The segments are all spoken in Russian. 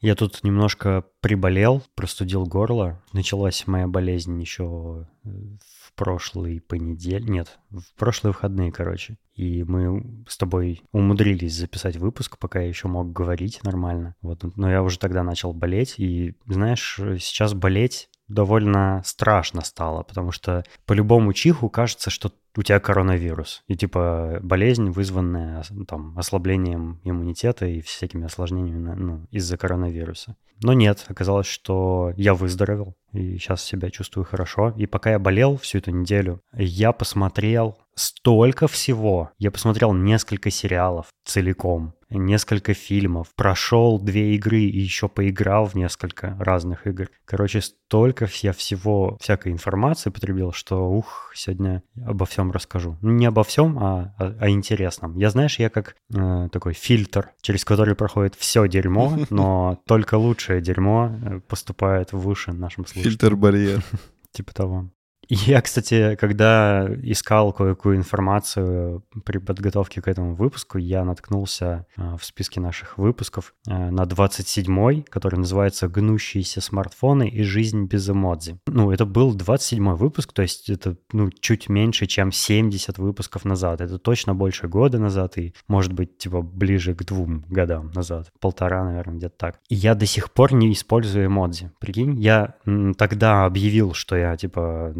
Я тут немножко приболел, простудил горло. Началась моя болезнь еще в прошлый понедельник. Нет, в прошлые выходные, короче. И мы с тобой умудрились записать выпуск, пока я еще мог говорить нормально. Вот. Но я уже тогда начал болеть. И, знаешь, сейчас болеть довольно страшно стало, потому что по любому чиху кажется, что у тебя коронавирус. И типа болезнь, вызванная там ослаблением иммунитета и всякими осложнениями из-за коронавируса. Но нет, оказалось, что я выздоровел и сейчас себя чувствую хорошо. И пока я болел всю эту неделю, я посмотрел столько всего. Я посмотрел несколько сериалов целиком, несколько фильмов, прошел 2 игры и еще поиграл в несколько разных игр. Короче, столько я всего, всякой информации потребил, что сегодня обо всем расскажу. Не обо всем, а интересном. Я, знаешь, я как такой фильтр, через который проходит все дерьмо, но только лучшее дерьмо поступает в уши нашим слушателям. Фильтр-барьер. Типа того. Я, кстати, когда искал кое-какую информацию при подготовке к этому выпуску, я наткнулся в списке наших выпусков на 27-й, который называется «Гнущиеся смартфоны и жизнь без эмодзи». Это был 27-й выпуск, то есть это чуть меньше, чем 70 выпусков назад. Это точно больше года назад и, может быть, типа ближе к 2 годам назад. 1,5, наверное, где-то так. И я до сих пор не использую эмодзи. Прикинь, я тогда объявил, что я, типа,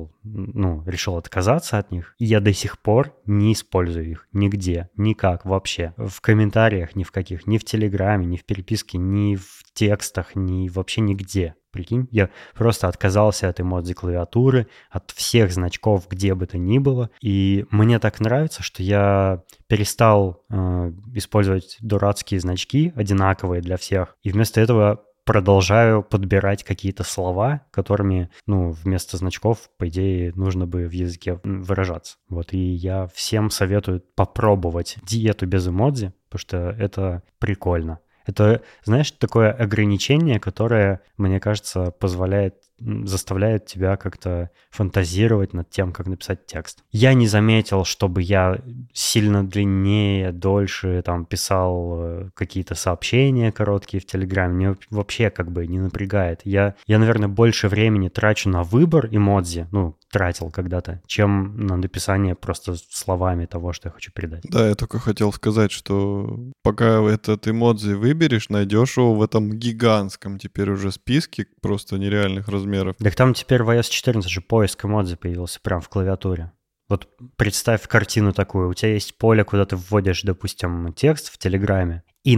решил отказаться от них, и я до сих пор не использую их нигде, никак вообще. В комментариях ни в каких, ни в Телеграме, ни в переписке, ни в текстах, ни вообще нигде. Прикинь, я просто отказался от эмодзи клавиатуры, от всех значков, где бы то ни было, и мне так нравится, что я перестал использовать дурацкие значки, одинаковые для всех, и вместо этого продолжаю подбирать какие-то слова, которыми, вместо значков, по идее, нужно бы в языке выражаться. Вот, и я всем советую попробовать диету без эмодзи, потому что это прикольно. Это, знаешь, такое ограничение, которое, мне кажется, заставляет тебя как-то фантазировать над тем, как написать текст. Я не заметил, чтобы я сильно длиннее, дольше писал какие-то сообщения короткие в Телеграме. Мне вообще не напрягает. Я, наверное, больше времени трачу на выбор эмодзи, тратил когда-то, чем на написание просто словами того, что я хочу передать. Да, я только хотел сказать, что пока этот эмодзи выберешь, найдешь его в этом гигантском теперь уже списке просто нереальных размеров. Так там теперь в iOS 14 же поиск эмодзи появился прямо в клавиатуре. Вот представь картину такую. У тебя есть поле, куда ты вводишь, допустим, текст в Телеграме, и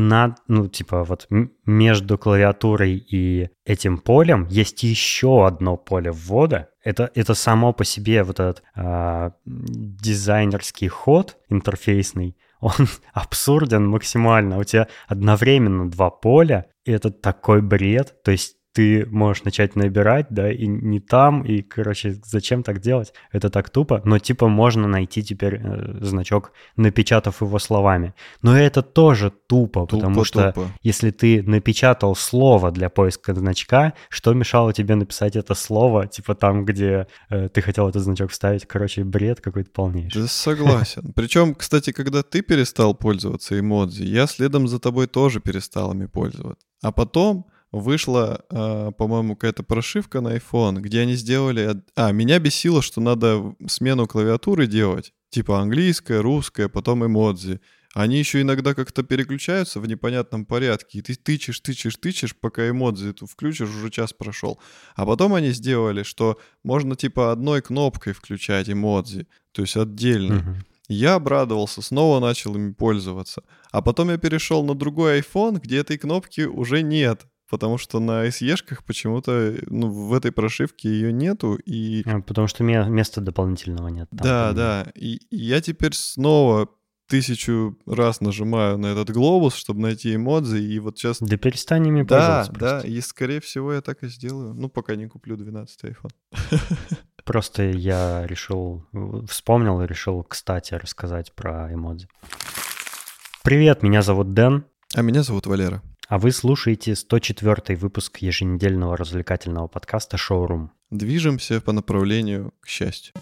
между клавиатурой и этим полем есть еще одно поле ввода. Это само по себе вот этот дизайнерский ход интерфейсный, он абсурден максимально. У тебя одновременно 2 поля, и это такой бред. То есть ты можешь начать набирать, да, и не там, и, зачем так делать? Это так тупо, но можно найти теперь значок, напечатав его словами. Но это тоже тупо, потому что если ты напечатал слово для поиска значка, что мешало тебе написать это слово, там, где ты хотел этот значок вставить? Бред какой-то полнейший. Да, согласен. Причем, кстати, когда ты перестал пользоваться эмодзи, я следом за тобой тоже перестал ими пользоваться. А потом вышла, по-моему, какая-то прошивка на iPhone, где они сделали... меня бесило, что надо смену клавиатуры делать. Типа английская, русская, потом эмодзи. Они еще иногда как-то переключаются в непонятном порядке. И ты тычешь, пока эмодзи эту включишь, уже час прошел. А потом они сделали, что можно одной кнопкой включать эмодзи. То есть отдельно. Я обрадовался, снова начал ими пользоваться. А потом я перешел на другой iPhone, где этой кнопки уже нет. Потому что на SE-шках почему-то в этой прошивке ее нету. Потому что места дополнительного нет. Да. И я теперь снова 1000 раз нажимаю на этот глобус, чтобы найти эмодзи, и вот сейчас... Да перестань ими пользоваться просто. Да, и скорее всего я так и сделаю. Пока не куплю 12-й iPhone. Просто я вспомнил и решил, кстати, рассказать про эмодзи. Привет, меня зовут Дэн. А меня зовут Валера. А вы слушаете 104-й выпуск еженедельного развлекательного подкаста «Шоурум». Движемся по направлению к счастью.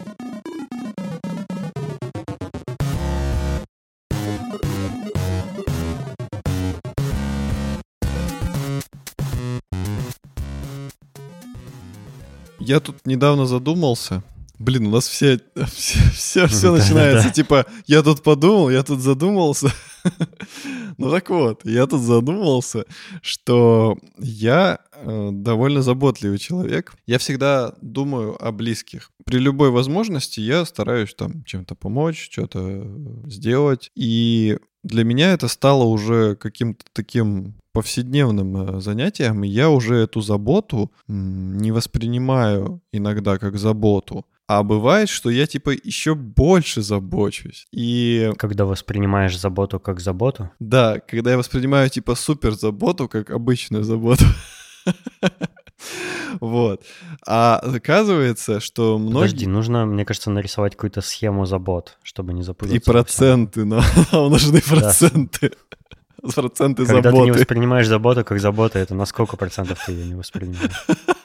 Я тут недавно задумался. Блин, у нас все начинается, типа, я тут подумал, я тут задумался. Ну так вот, я тут задумался, что я довольно заботливый человек. Я всегда думаю о близких. При любой возможности я стараюсь там чем-то помочь, что-то сделать. И для меня это стало уже каким-то таким повседневным занятием. И я уже эту заботу не воспринимаю иногда как заботу. А бывает, что я типа еще больше забочусь. И Когда воспринимаешь заботу как заботу? да, когда я воспринимаю типа супер заботу как обычную заботу. Вот. А оказывается, что многие... Подожди, нужно, мне кажется, нарисовать какую-то схему забот, чтобы не запутаться. И проценты, нам нужны проценты. Проценты Когда ты не заботы. воспринимаешь заботу как заботу, это на сколько процентов ты ее не воспринимаешь?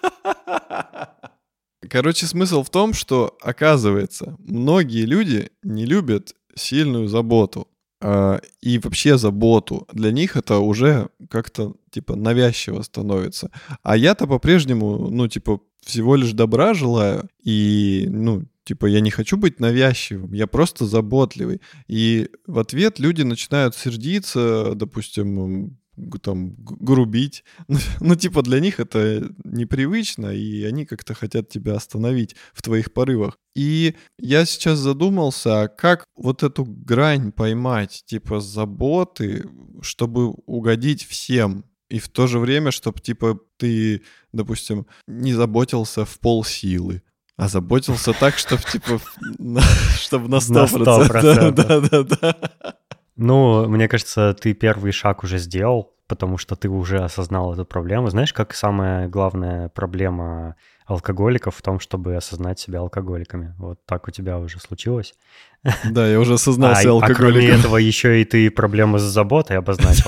Короче, смысл в том, что, оказывается, многие люди не любят сильную заботу. И вообще заботу. Для них это уже как-то, типа, навязчиво становится. А я-то по-прежнему, ну, типа, всего лишь добра желаю. И, ну, типа, я не хочу быть навязчивым, я просто заботливый. И в ответ люди начинают сердиться, допустим, там, грубить. Ну, типа, для них это непривычно, и они как-то хотят тебя остановить в твоих порывах. И я сейчас задумался, а как вот эту грань поймать, типа, заботы, чтобы угодить всем, и в то же время, чтобы, типа, ты, допустим, не заботился в полсилы, а заботился так, чтобы, типа, чтобы на 100%. Да. Ну, мне кажется, ты первый шаг уже сделал, потому что ты уже осознал эту проблему. Знаешь, как самая главная проблема алкоголиков в том, чтобы осознать себя алкоголиками? Вот так у тебя уже случилось. Да, я уже осознал себя алкоголиком. А кроме этого еще и ты проблемы с заботой обозначил.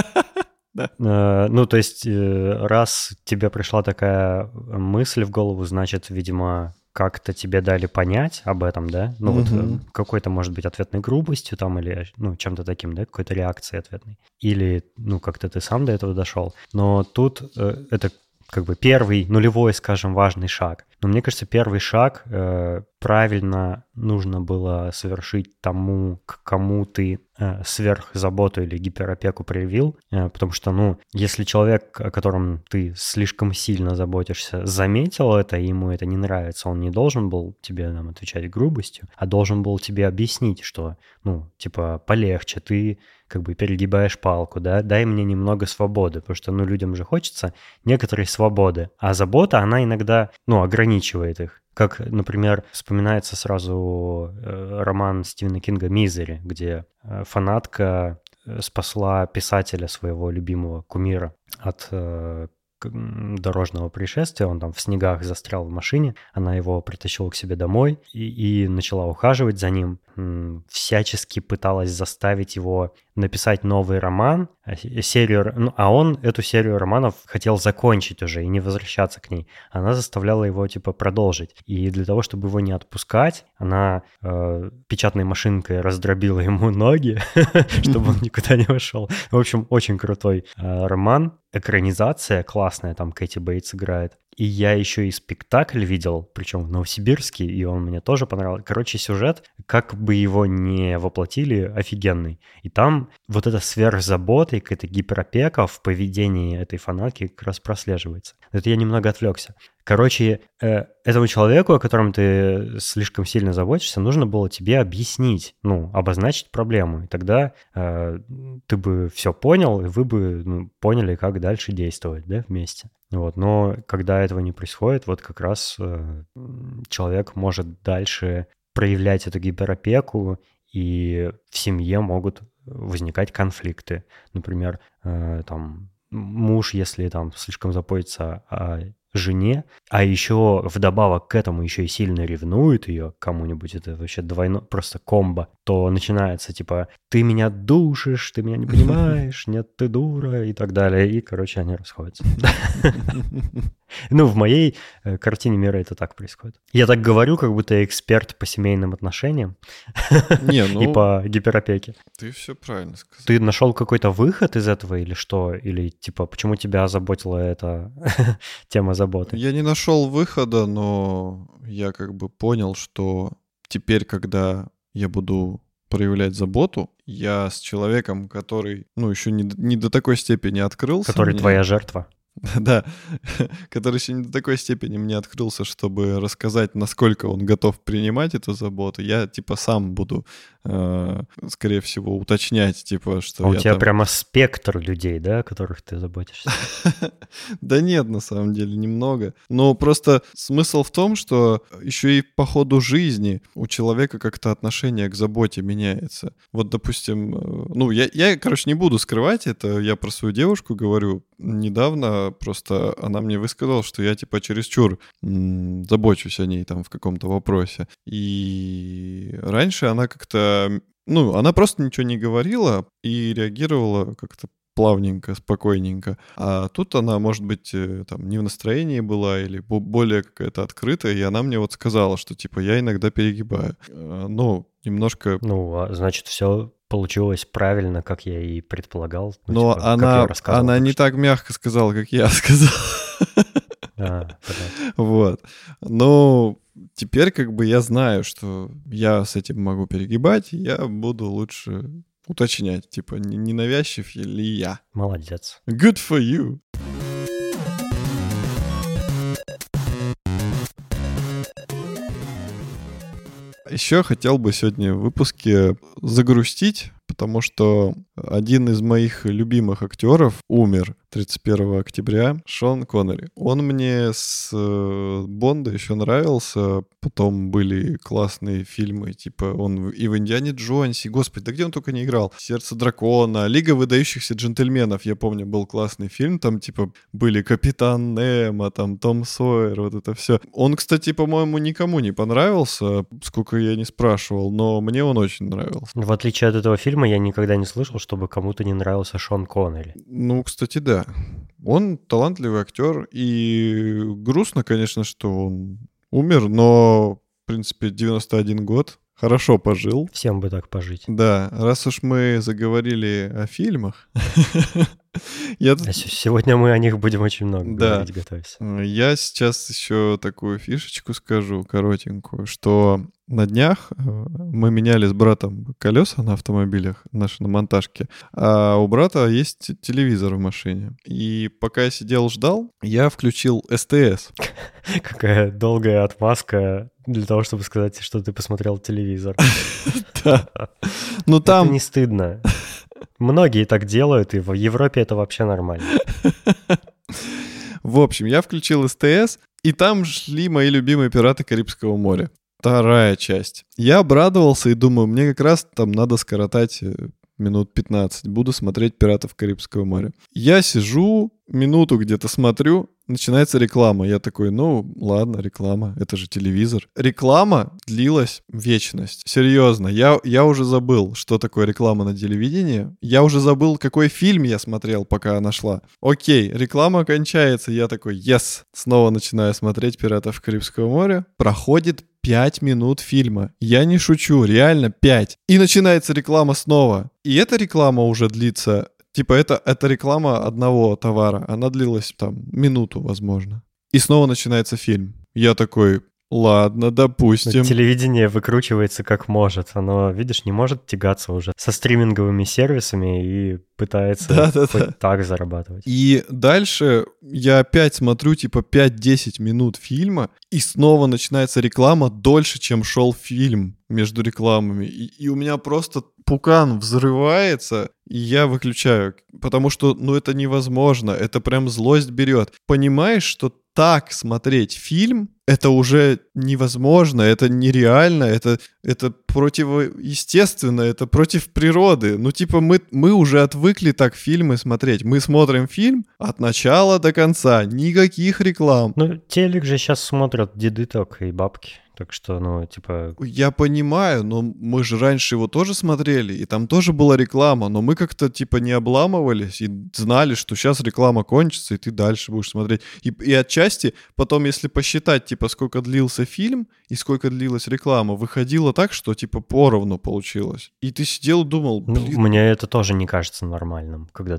Ну, то есть, раз тебе пришла такая мысль в голову, значит, видимо, как-то тебе дали понять об этом, да? Ну, вот какой-то, может быть, ответной грубостью там или, ну, чем-то таким, да, какой-то реакцией ответной. Или, ну, как-то ты сам до этого дошел. Но тут это как бы первый, нулевой, скажем, важный шаг. Но мне кажется, первый шаг правильно нужно было совершить тому, к кому ты сверхзаботу или гиперопеку проявил, потому что, ну, если человек, о котором ты слишком сильно заботишься, заметил это, и ему это не нравится, он не должен был тебе нам отвечать грубостью, а должен был тебе объяснить, что, ну, типа, полегче, ты как бы перегибаешь палку, да, дай мне немного свободы, потому что, ну, людям же хочется некоторой свободы, а забота, она иногда, ну, ограничивает их. Как, например, вспоминается сразу роман Стивена Кинга «Мизери», где фанатка спасла писателя, своего любимого кумира, от дорожного происшествия. Он там в снегах застрял в машине, она его притащила к себе домой и начала ухаживать за ним, всячески пыталась заставить его написать новый роман, серию, а он эту серию романов хотел закончить уже и не возвращаться к ней. Она заставляла его, типа, продолжить. И для того, чтобы его не отпускать, она печатной машинкой раздробила ему ноги, чтобы он никуда не ушел. В общем, очень крутой роман. Экранизация классная, там Кэти Бейтс играет. И я еще и спектакль видел, причем в Новосибирске, и он мне тоже понравился. Короче, сюжет, как бы его не воплотили, офигенный. И там вот эта сверхзабота и какая-то гиперопека в поведении этой фанатки как раз прослеживается. Это я немного отвлекся. Короче, этому человеку, о котором ты слишком сильно заботишься, нужно было тебе объяснить, ну, обозначить проблему. И тогда ты бы все понял, и вы бы поняли, как дальше действовать, да, вместе. Вот. Но когда этого не происходит, вот как раз человек может дальше проявлять эту гиперопеку, и в семье могут возникать конфликты. Например, там муж, если там слишком заботится о жене, а еще вдобавок к этому еще и сильно ревнует ее к кому-нибудь, это вообще двойно, просто комбо, то начинается типа «ты меня душишь, ты меня не понимаешь, нет, ты дура» и так далее, и, короче, они расходятся. Ну, в моей картине мира это так происходит. Я так говорю, как будто я эксперт по семейным отношениям и по гиперопеке. Ты все правильно сказал. Ты нашел какой-то выход из этого или что? Или, типа, почему тебя озаботила эта тема заботы? заботы. Я не нашел выхода, но я как бы понял, что теперь, когда я буду проявлять заботу, я с человеком, который, еще не до такой степени открылся. Который твоя жертва. Да, который еще не до такой степени мне открылся, чтобы рассказать, насколько он готов принимать эту заботу. Я, сам буду, скорее всего, уточнять, что у тебя прямо спектр людей, да, о которых ты заботишься? Да нет, на самом деле, немного. Но просто смысл в том, что еще и по ходу жизни у человека как-то отношение к заботе меняется. Вот, допустим, я, короче, не буду скрывать это, я про свою девушку говорю. Недавно просто она мне высказала, что я, чересчур забочусь о ней там в каком-то вопросе. И раньше она как-то... она просто ничего не говорила и реагировала как-то плавненько, спокойненько. А тут она, может быть, там не в настроении была или более какая-то открытая, и она мне вот сказала, что, я иногда перегибаю. Немножко... значит, все получилось правильно, как я и предполагал. Но она не так мягко сказала, как я сказал. Вот. Но теперь я знаю, что я с этим могу перегибать, и я буду лучше уточнять, не навязчив ли я. Молодец. Good for you. Еще хотел бы сегодня в выпуске загрустить, потому что один из моих любимых актеров умер 31 октября, Шон Коннери. Он мне с Бонда еще нравился, потом были классные фильмы, он и в «Индиане Джонсе», господи, да где он только не играл, «Сердце дракона», «Лига выдающихся джентльменов», я помню, был классный фильм, там были «Капитан Немо», там «Том Сойер», вот это все. Он, кстати, по-моему, никому не понравился, сколько я не спрашивал, но мне он очень нравился. В отличие от этого фильма, я никогда не слышал, чтобы кому-то не нравился Шон Коннери. Кстати, да. Он талантливый актер, и грустно, конечно, что он умер, но, в принципе, 91 год. Хорошо пожил. Всем бы так пожить. Да, раз уж мы заговорили о фильмах... Сегодня мы о них будем очень много говорить, готовься. Я сейчас еще такую фишечку скажу, коротенькую, что на днях мы меняли с братом колеса на автомобилях, наши на монтажке, а у брата есть телевизор в машине. И пока я сидел, ждал, я включил СТС. Какая долгая отмазка для того, чтобы сказать, что ты посмотрел телевизор. Да. Это не стыдно. Многие так делают, и в Европе это вообще нормально. В общем, я включил СТС, и там шли мои любимые «Пираты Карибского моря». Вторая часть. Я обрадовался и думаю, мне как раз там надо скоротать минут 15. Буду смотреть «Пиратов Карибского моря». Я сижу, минуту где-то смотрю, начинается реклама. Я такой, ладно, реклама, это же телевизор. Реклама длилась вечность. Серьезно, я уже забыл, что такое реклама на телевидении. Я уже забыл, какой фильм я смотрел, пока она шла. Окей, реклама кончается, я такой, yes. Снова начинаю смотреть «Пиратов Карибского моря». Проходит 5 минут фильма. Я не шучу, реально 5. И начинается реклама снова. И эта реклама уже длится... это реклама одного товара. Она длилась минуту, возможно. И снова начинается фильм. Я такой, ладно, допустим. Телевидение выкручивается как может. Оно, видишь, не может тягаться уже со стриминговыми сервисами и пытается хоть так зарабатывать. И дальше я опять смотрю 5-10 минут фильма, и снова начинается реклама дольше, чем шел фильм между рекламами. И у меня просто пукан взрывается, и я выключаю. Потому что, это невозможно. Это прям злость берет. Понимаешь, что так смотреть фильм, это уже невозможно, это нереально, это противоестественно, это против природы. Мы уже отвыкли так фильмы смотреть. Мы смотрим фильм от начала до конца, никаких реклам. Телек же сейчас смотрят деды только и бабки. Так что, Я понимаю, но мы же раньше его тоже смотрели, и там тоже была реклама, но мы как-то, не обламывались и знали, что сейчас реклама кончится, и ты дальше будешь смотреть. И отчасти потом, если посчитать, сколько длился фильм и сколько длилась реклама, выходило так, что, поровну получилось. И ты сидел и думал... Мне это тоже не кажется нормальным, когда ты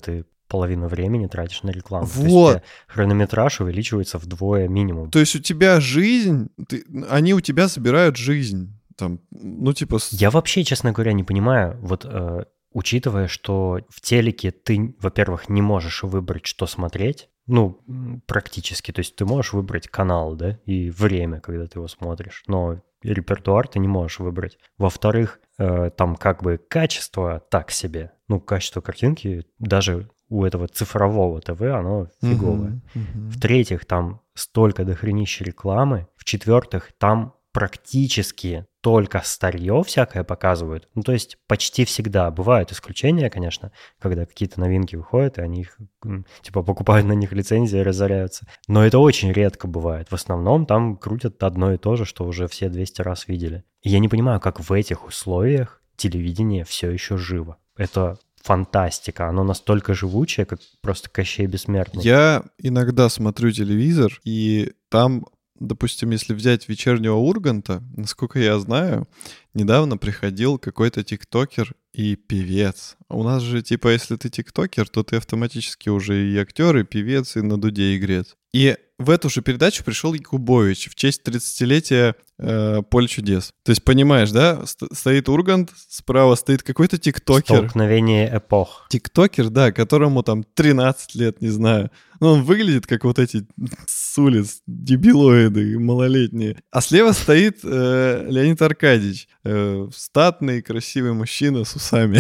половину времени тратишь на рекламу. То есть у Вот. тебя хронометраж увеличивается вдвое минимум. То есть у тебя жизнь, они у тебя забирают жизнь. Там, ну, типа... Я вообще, честно говоря, не понимаю, вот учитывая, что в телеке ты, во-первых, не можешь выбрать, что смотреть, ну, практически, то есть ты можешь выбрать канал, да, и время, когда ты его смотришь, но репертуар ты не можешь выбрать. Во-вторых, там как бы качество так себе, ну, качество картинки даже у этого цифрового ТВ, оно фиговое. В-третьих, там столько дохренища рекламы. В-четвертых, там практически только старье всякое показывают. Ну, то есть почти всегда. Бывают исключения, конечно, когда какие-то новинки выходят, и они их, типа, покупают на них лицензии и разоряются. Но это очень редко бывает. В основном там крутят одно и то же, что уже все 200 раз видели. И я не понимаю, как в этих условиях телевидение все еще живо. Это фантастика. Оно настолько живучее, как просто Кощей Бессмертный. Я иногда смотрю телевизор, и там, допустим, если взять «Вечернего Урганта», насколько я знаю, недавно приходил какой-то тиктокер и певец. У нас же, типа, если ты тиктокер, то ты автоматически уже и актер, и певец, и на дуде игрец. И в эту же передачу пришел Якубович в честь 30-летия «Поле чудес». То есть, понимаешь, да? Стоит Ургант, справа стоит какой-то тиктокер. Столкновение эпох. Тиктокер, да, которому там 13 лет, не знаю. Ну, он выглядит как вот эти с улиц дебилоиды малолетние. А слева стоит Леонид Аркадьевич. Статный, красивый мужчина с усами.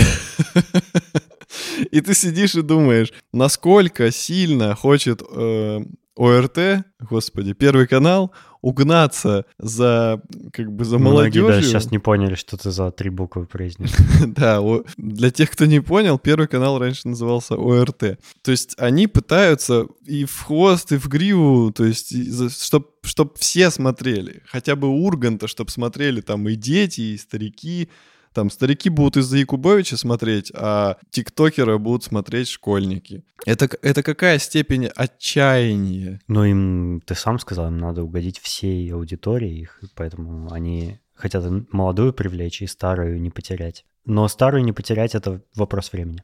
И ты сидишь и думаешь, насколько сильно хочет ОРТ, господи, Первый канал, угнаться за, как бы, за молодежью. Многие даже сейчас не поняли, что ты за 3 буквы произнес. Да, для тех, кто не понял, Первый канал раньше назывался ОРТ. То есть они пытаются и в хвост, и в гриву, то есть чтобы все смотрели. Хотя бы Урганта, чтобы смотрели там и дети, и старики. Там старики будут из-за Якубовича смотреть, а тиктокера будут смотреть школьники. Это какая степень отчаяния? Ну, им, ты сам сказал, им надо угодить всей аудитории их, поэтому они хотят молодую привлечь и старую не потерять. Но старую не потерять — это вопрос времени.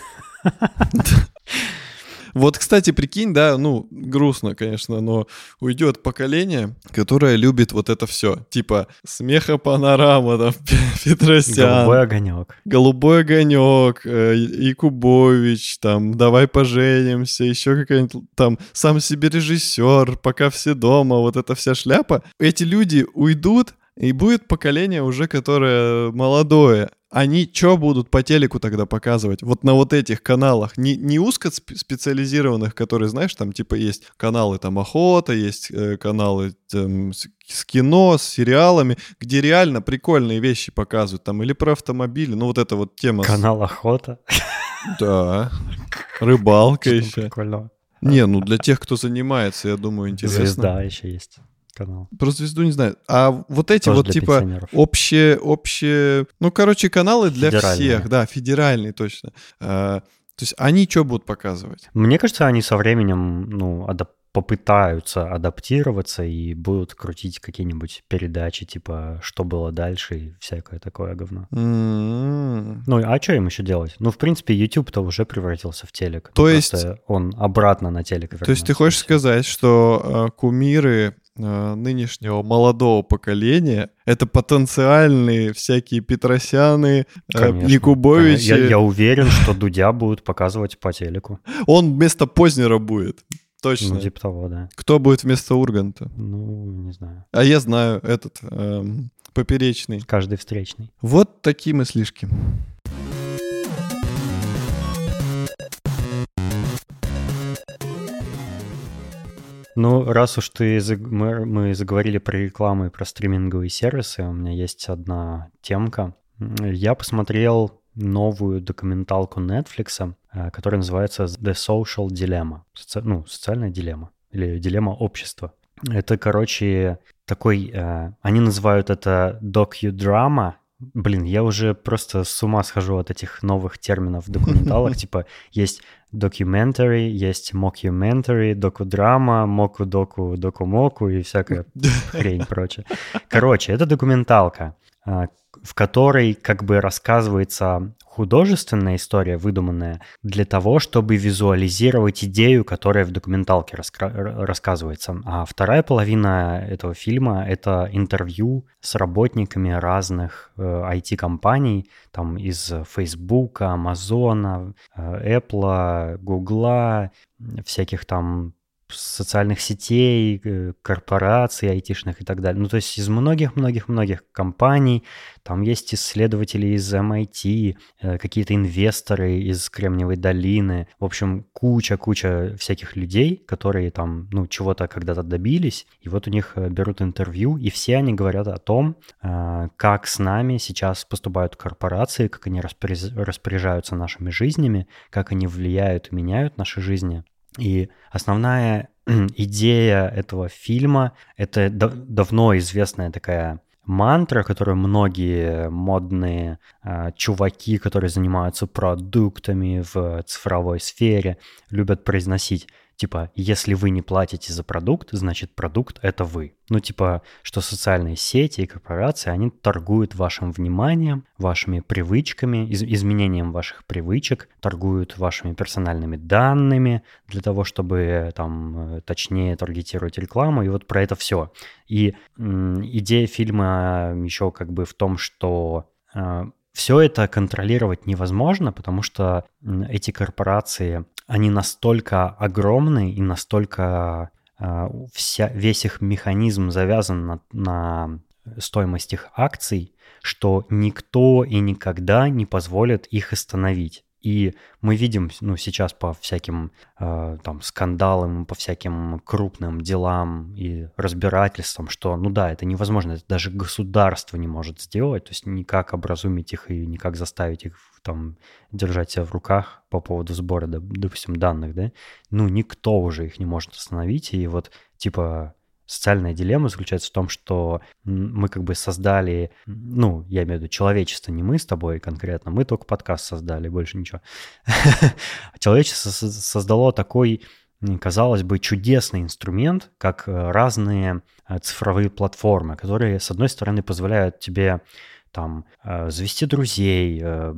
Вот, кстати, прикинь, да, ну, грустно, конечно, но уйдет поколение, которое любит вот это все. Типа смехопанорама, там, Петросян. Голубой огонек. Голубой огонек, Якубович, там, давай поженимся, еще какая-нибудь там сам себе режиссер, пока все дома, вот эта вся шляпа. Эти люди уйдут, и будет поколение уже, которое молодое. Они что будут по телеку тогда показывать? Вот на вот этих каналах, не узкоспециализированных, которые, знаешь, там типа есть каналы там охота, есть каналы там, с кино, с сериалами, где реально прикольные вещи показывают, там или про автомобили, ну вот эта вот тема. Канал охота. Да, рыбалка еще. Прикольно. Не, ну для тех, кто занимается, я думаю, интересно. Звезда еще есть. Канал. Про звезду не знаю. А вот эти тоже вот для типа общие, ну, короче, каналы для всех. Да, федеральные точно. То есть они что будут показывать? Мне кажется, они со временем, ну, попытаются адаптироваться и будут крутить какие-нибудь передачи, типа «Что было дальше» и всякое такое говно. Ну, а что им еще делать? Ну, в принципе, YouTube-то уже превратился в телек. То есть он обратно на телек вернулся. То есть ты хочешь сказать, что кумиры нынешнего молодого поколения — это потенциальные всякие Петросяны, Якубовичи? Я уверен, что Дудя будут показывать по телеку. Он вместо Познера будет. Точно. Ну, типа того, да. Кто будет вместо Урганта? Ну, не знаю. А я знаю, этот, Поперечный. Каждый встречный. Вот такие мыслишки. Ну, раз уж мы заговорили про рекламу и про стриминговые сервисы, у меня есть одна темка. Я посмотрел новую документалку Netflix, которая называется The Social Dilemma. Социальная дилемма или дилемма общества. Это, короче, такой... Они называют это docudrama. Блин, я уже просто с ума схожу от этих новых терминов в документалах. Типа есть documentary, есть mockumentary, докудрама, моку-доку, доку-моку и всякая хрень прочее. Короче, это документалка. в которой как бы рассказывается художественная история, выдуманная, для того, чтобы визуализировать идею, которая в документалке рассказывается. А вторая половина этого фильма — это интервью с работниками разных IT-компаний, там из Facebook, Amazon, Apple, Google, всяких там социальных сетей, корпораций айтишных и так далее. Ну, то есть из многих-многих-многих компаний. Там есть исследователи из MIT, какие-то инвесторы из Кремниевой долины. В общем, куча всяких людей, которые там, ну, чего-то когда-то добились. И вот у них берут интервью, и все они говорят о том, как с нами сейчас поступают корпорации, как они распоряжаются нашими жизнями, как они влияют и меняют наши жизни. И основная идея этого фильма — это давно известная такая мантра, которую многие модные чуваки, которые занимаются продуктами в цифровой сфере, любят произносить. Типа, если вы не платите за продукт, значит, продукт — это вы. Ну, типа, что социальные сети и корпорации, они торгуют вашим вниманием, вашими привычками, изменением ваших привычек, торгуют вашими персональными данными для того, чтобы там точнее таргетировать рекламу, и вот про это все. И идея фильма еще как бы в том, что все это контролировать невозможно, потому что эти корпорации, они настолько огромны и настолько весь их механизм завязан на стоимость их акций, что никто и никогда не позволит их остановить. И мы видим, ну, сейчас по всяким там скандалам, по всяким крупным делам и разбирательствам, что, ну да, это невозможно, это даже государство не может сделать, то есть никак образумить их и никак заставить их там держать себя в руках по поводу сбора, допустим, данных, да, ну, никто уже их не может остановить, и вот, типа, социальная дилемма заключается в том, что мы как бы создали, ну, я имею в виду человечество, не мы с тобой конкретно, мы только подкаст создали, больше ничего. Человечество создало такой, казалось бы, чудесный инструмент, как разные цифровые платформы, которые, с одной стороны, позволяют тебе там завести друзей,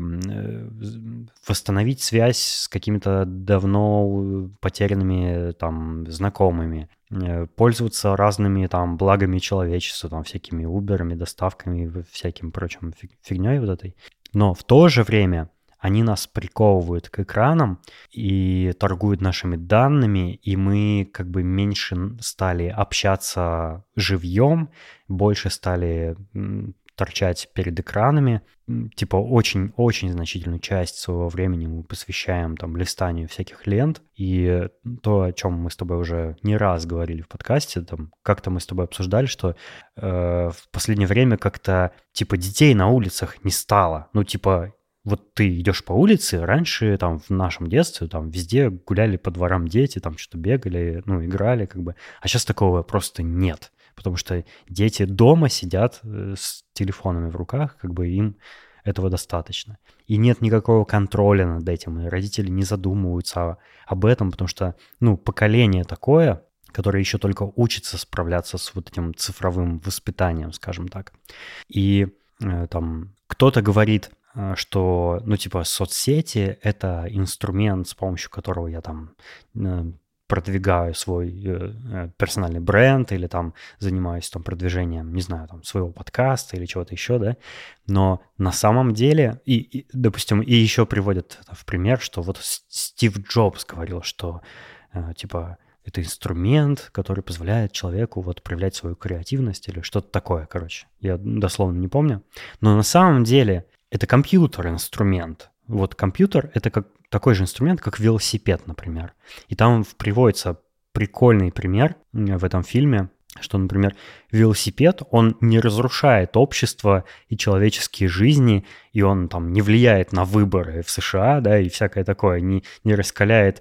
восстановить связь с какими-то давно потерянными там знакомыми, пользоваться разными там благами человечества, там всякими Uber'ами, доставками, всяким прочим фигней вот этой. Но в то же время они нас приковывают к экранам и торгуют нашими данными, и мы как бы меньше стали общаться живьем, больше стали торчать перед экранами. Типа очень-очень значительную часть своего времени мы посвящаем там листанию всяких лент. И то, о чем мы с тобой уже не раз говорили в подкасте, там как-то мы с тобой обсуждали, что в последнее время как-то типа детей на улицах не стало. Ну типа вот ты идешь по улице, раньше там в нашем детстве там везде гуляли по дворам дети, там что-то бегали, ну играли как бы. А сейчас такого просто нет. Потому что дети дома сидят с телефонами в руках, как бы им этого достаточно. И нет никакого контроля над этим, и родители не задумываются об этом, потому что, ну, поколение такое, которое еще только учится справляться с вот этим цифровым воспитанием, скажем так. И там кто-то говорит, что, ну, типа, соцсети — это инструмент, с помощью которого я там продвигаю свой персональный бренд или там занимаюсь там продвижением, не знаю, там своего подкаста или чего-то еще, да, но на самом деле, допустим, и еще приводят в пример, что вот Стив Джобс говорил, что типа это инструмент, который позволяет человеку вот проявлять свою креативность или что-то такое, короче, я дословно не помню, но на самом деле это компьютер-инструмент. Вот компьютер — это как такой же инструмент, как велосипед, например. И там приводится прикольный пример в этом фильме, что, например, велосипед, он не разрушает общество и человеческие жизни, и он там не влияет на выборы в США, да, и всякое такое, не раскаляет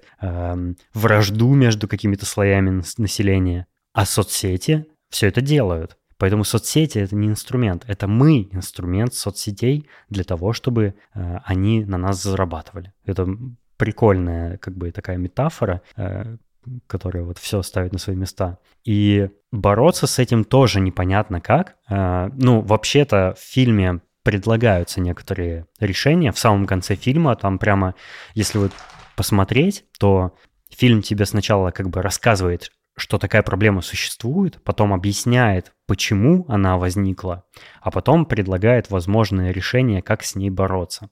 вражду между какими-то слоями населения. А соцсети все это делают. Поэтому соцсети — это не инструмент, это мы инструмент соцсетей для того, чтобы они на нас зарабатывали. Это прикольная как бы такая метафора, которая вот все ставит на свои места. И бороться с этим тоже непонятно как. Ну, вообще-то в фильме предлагаются некоторые решения. В самом конце фильма там прямо, если вот посмотреть, то фильм тебе сначала как бы рассказывает, что такая проблема существует, потом объясняет, почему она возникла, а потом предлагает возможные решения, как с ней бороться.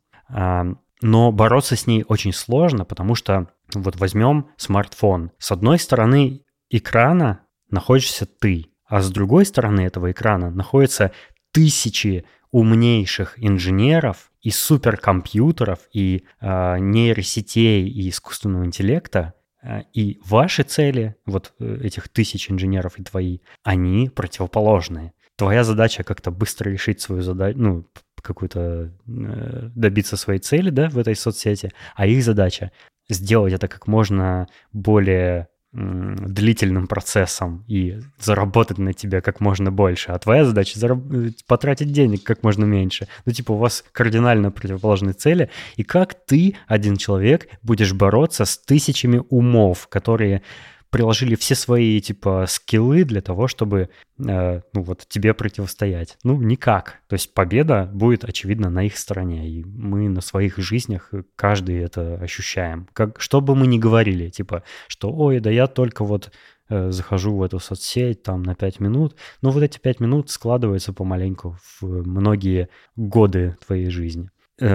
Но бороться с ней очень сложно, потому что вот возьмем смартфон. С одной стороны экрана находишься ты, а с другой стороны этого экрана находятся тысячи умнейших инженеров и суперкомпьютеров, и нейросетей, и искусственного интеллекта. И ваши цели, вот этих тысяч инженеров и твои, они противоположные. Твоя задача как-то быстро решить свою задачу, ну, какую-то добиться своей цели, да, в этой соцсети, а их задача сделать это как можно более длительным процессом и заработать на тебя как можно больше, а твоя задача потратить денег как можно меньше. Ну, типа, у вас кардинально противоположные цели, и как ты, один человек, будешь бороться с тысячами умов, которые приложили все свои, типа, скиллы для того, чтобы, ну, вот, тебе противостоять. Ну, никак. То есть победа будет, очевидно, на их стороне, и мы на своих жизнях каждый это ощущаем. Что бы мы ни говорили, типа, что, ой, да я только вот захожу в эту соцсеть там на 5 минут, но вот эти 5 минут складываются помаленьку в многие годы твоей жизни.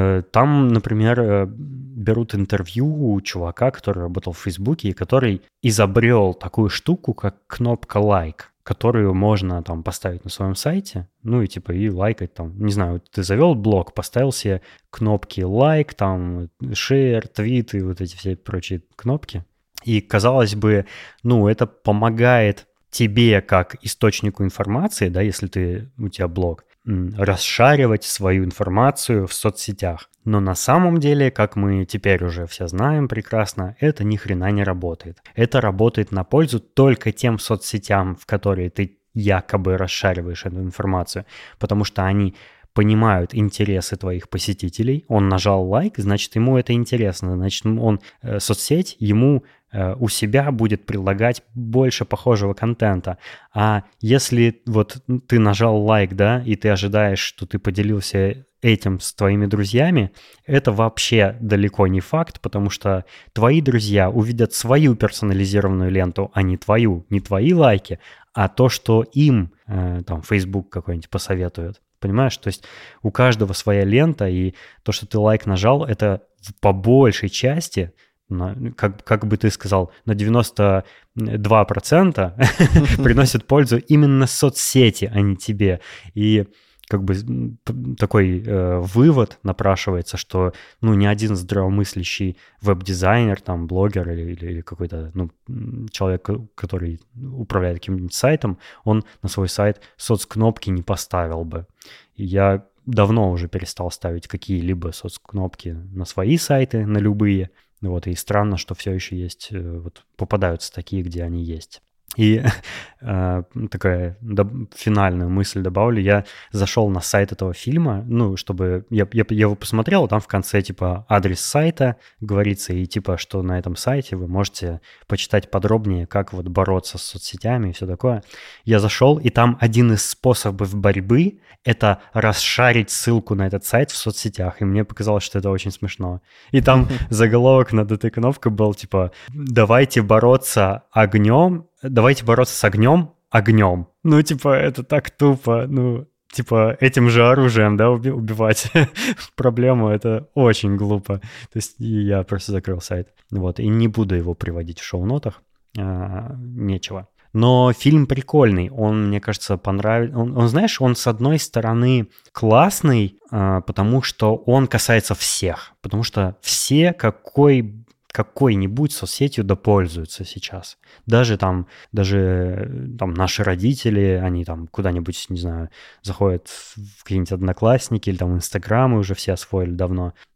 Там, например, берут интервью у чувака, который работал в Фейсбуке и который изобрел такую штуку, как кнопка «лайк», которую можно там поставить на своем сайте, ну и типа и лайкать там. Не знаю, ты завел блог, поставил себе кнопки «лайк», там «шер», «твит» и вот эти все прочие кнопки. И, казалось бы, ну, это помогает тебе как источнику информации, да, если у тебя блог, расшаривать свою информацию в соцсетях. Но на самом деле, как мы теперь уже все знаем прекрасно, это ни хрена не работает. Это работает на пользу только тем соцсетям, в которые ты якобы расшариваешь эту информацию, потому что они понимают интересы твоих посетителей. Он нажал лайк, значит, ему это интересно. Значит, соцсеть ему у себя будет предлагать больше похожего контента. А если вот ты нажал лайк, да, и ты ожидаешь, что ты поделился этим с твоими друзьями, это вообще далеко не факт, потому что твои друзья увидят свою персонализированную ленту, а не твои лайки, а то, что им там Facebook какой-нибудь посоветует. Понимаешь? То есть у каждого своя лента, и то, что ты лайк нажал, это по большей части, как бы ты сказал, на 92% приносит пользу именно соцсети, а не тебе. И как бы такой вывод напрашивается, что ну, ни один здравомыслящий веб-дизайнер, там, блогер или какой-то человек, который управляет каким-нибудь сайтом, он на свой сайт соцкнопки не поставил бы. И я давно уже перестал ставить какие-либо соцкнопки на свои сайты, на любые. Вот, и странно, что все еще есть, вот, попадаются такие, где они есть. И такая финальную мысль добавлю. Я зашел на сайт этого фильма, ну, чтобы... Я его посмотрел, там в конце, типа, адрес сайта говорится, и, типа, что на этом сайте вы можете почитать подробнее, как вот бороться с соцсетями и все такое. Я зашел, и там один из способов борьбы — это расшарить ссылку на этот сайт в соцсетях, и мне показалось, что это очень смешно. И там заголовок над этой кнопкой был, типа, давайте бороться с огнем огнем. Ну, типа, это так тупо. Ну, типа, этим же оружием, да, убивать проблему. Это очень глупо. То есть я просто закрыл сайт. Вот, и не буду его приводить в шоу-нотах. Нечего. Но фильм прикольный. Он, мне кажется, понравился. Он, знаешь, он, с одной стороны, классный, потому что он касается всех. Потому что все какой-нибудь соцсетью пользуются сейчас. Даже наши родители, они там куда-нибудь, не знаю, заходят в какие-нибудь Одноклассники или там Инстаграмы уже все освоили давно.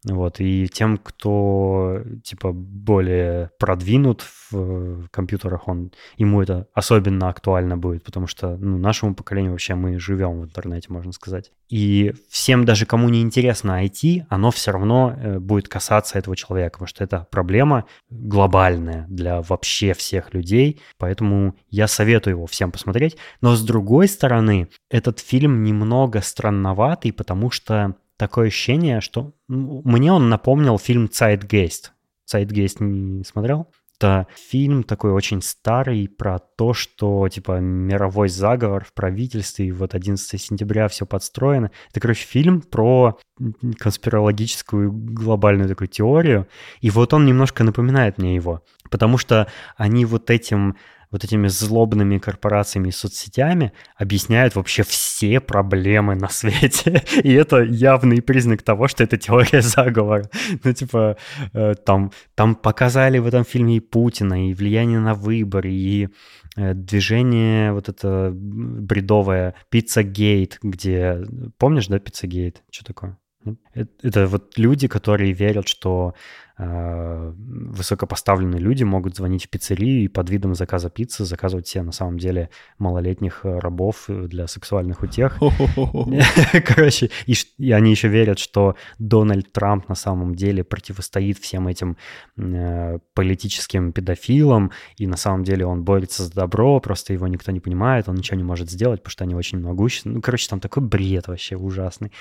Вот, и тем, кто, типа, более продвинут в компьютерах, ему это особенно актуально будет, потому что, ну, нашему поколению вообще мы живем в интернете, можно сказать. И всем, даже кому не интересно IT, оно все равно будет касаться этого человека, потому что это проблема глобальная для вообще всех людей, поэтому я советую его всем посмотреть. Но с другой стороны, этот фильм немного странноватый, потому что такое ощущение, что мне он напомнил фильм «Zeitgeist». «Zeitgeist» не смотрел? Это фильм такой очень старый про то, что, типа, мировой заговор в правительстве, и вот 11 сентября все подстроено. Это, короче, фильм про конспирологическую глобальную такую теорию, и вот он немножко напоминает мне его, потому что они вот этими злобными корпорациями и соцсетями объясняют вообще все проблемы на свете. И это явный признак того, что это теория заговора. Ну, типа, там показали в этом фильме и Путина, и влияние на выборы, и движение вот это бредовое Pizzagate, где... Помнишь, да, Pizzagate? Что такое? Это вот люди, которые верят, что высокопоставленные люди могут звонить в пиццерию и под видом заказа пиццы заказывать себе на самом деле малолетних рабов для сексуальных утех. Короче, и они еще верят, что Дональд Трамп на самом деле противостоит всем этим политическим педофилам, и на самом деле он борется за добро, просто его никто не понимает, он ничего не может сделать, потому что они очень могущественны. Ну, короче, там такой бред вообще ужасный.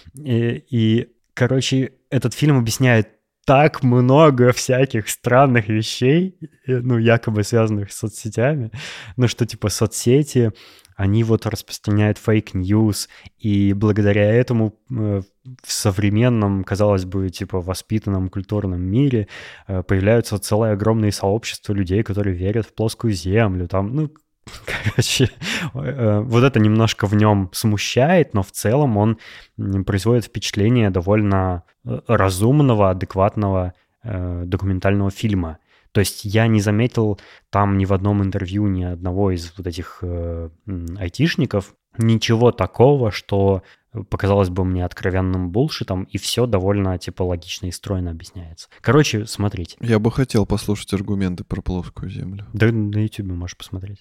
И, короче, этот фильм объясняет так много всяких странных вещей, ну, якобы связанных с соцсетями, ну, что, типа, соцсети, они вот распространяют фейк-ньюс, и благодаря этому в современном, казалось бы, типа, воспитанном культурном мире появляются целые огромные сообщества людей, которые верят в плоскую землю, там, ну, короче, вот это немножко в нем смущает, но в целом он производит впечатление довольно разумного, адекватного документального фильма. То есть я не заметил там ни в одном интервью ни одного из вот этих айтишников ничего такого, что показалось бы мне откровенным булшитом, и все довольно, типа, логично и стройно объясняется. Короче, смотрите. Я бы хотел послушать аргументы про плоскую землю. Да на YouTube можешь посмотреть.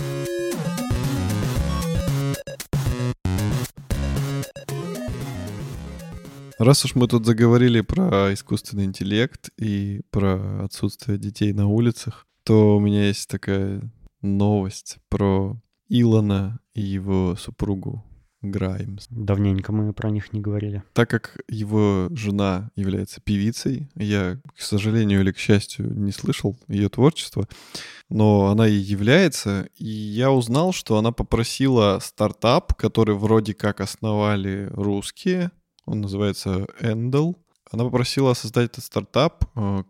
Раз уж мы тут заговорили про искусственный интеллект и про отсутствие детей на улицах, то у меня есть такая новость про Илона и его супругу Граймс. Давненько мы про них не говорили. Так как его жена является певицей, я, к сожалению или к счастью, не слышал ее творчество, но она и является, и я узнал, что она попросила стартап, который вроде как основали русские, он называется Endel. Она попросила создать этот стартап,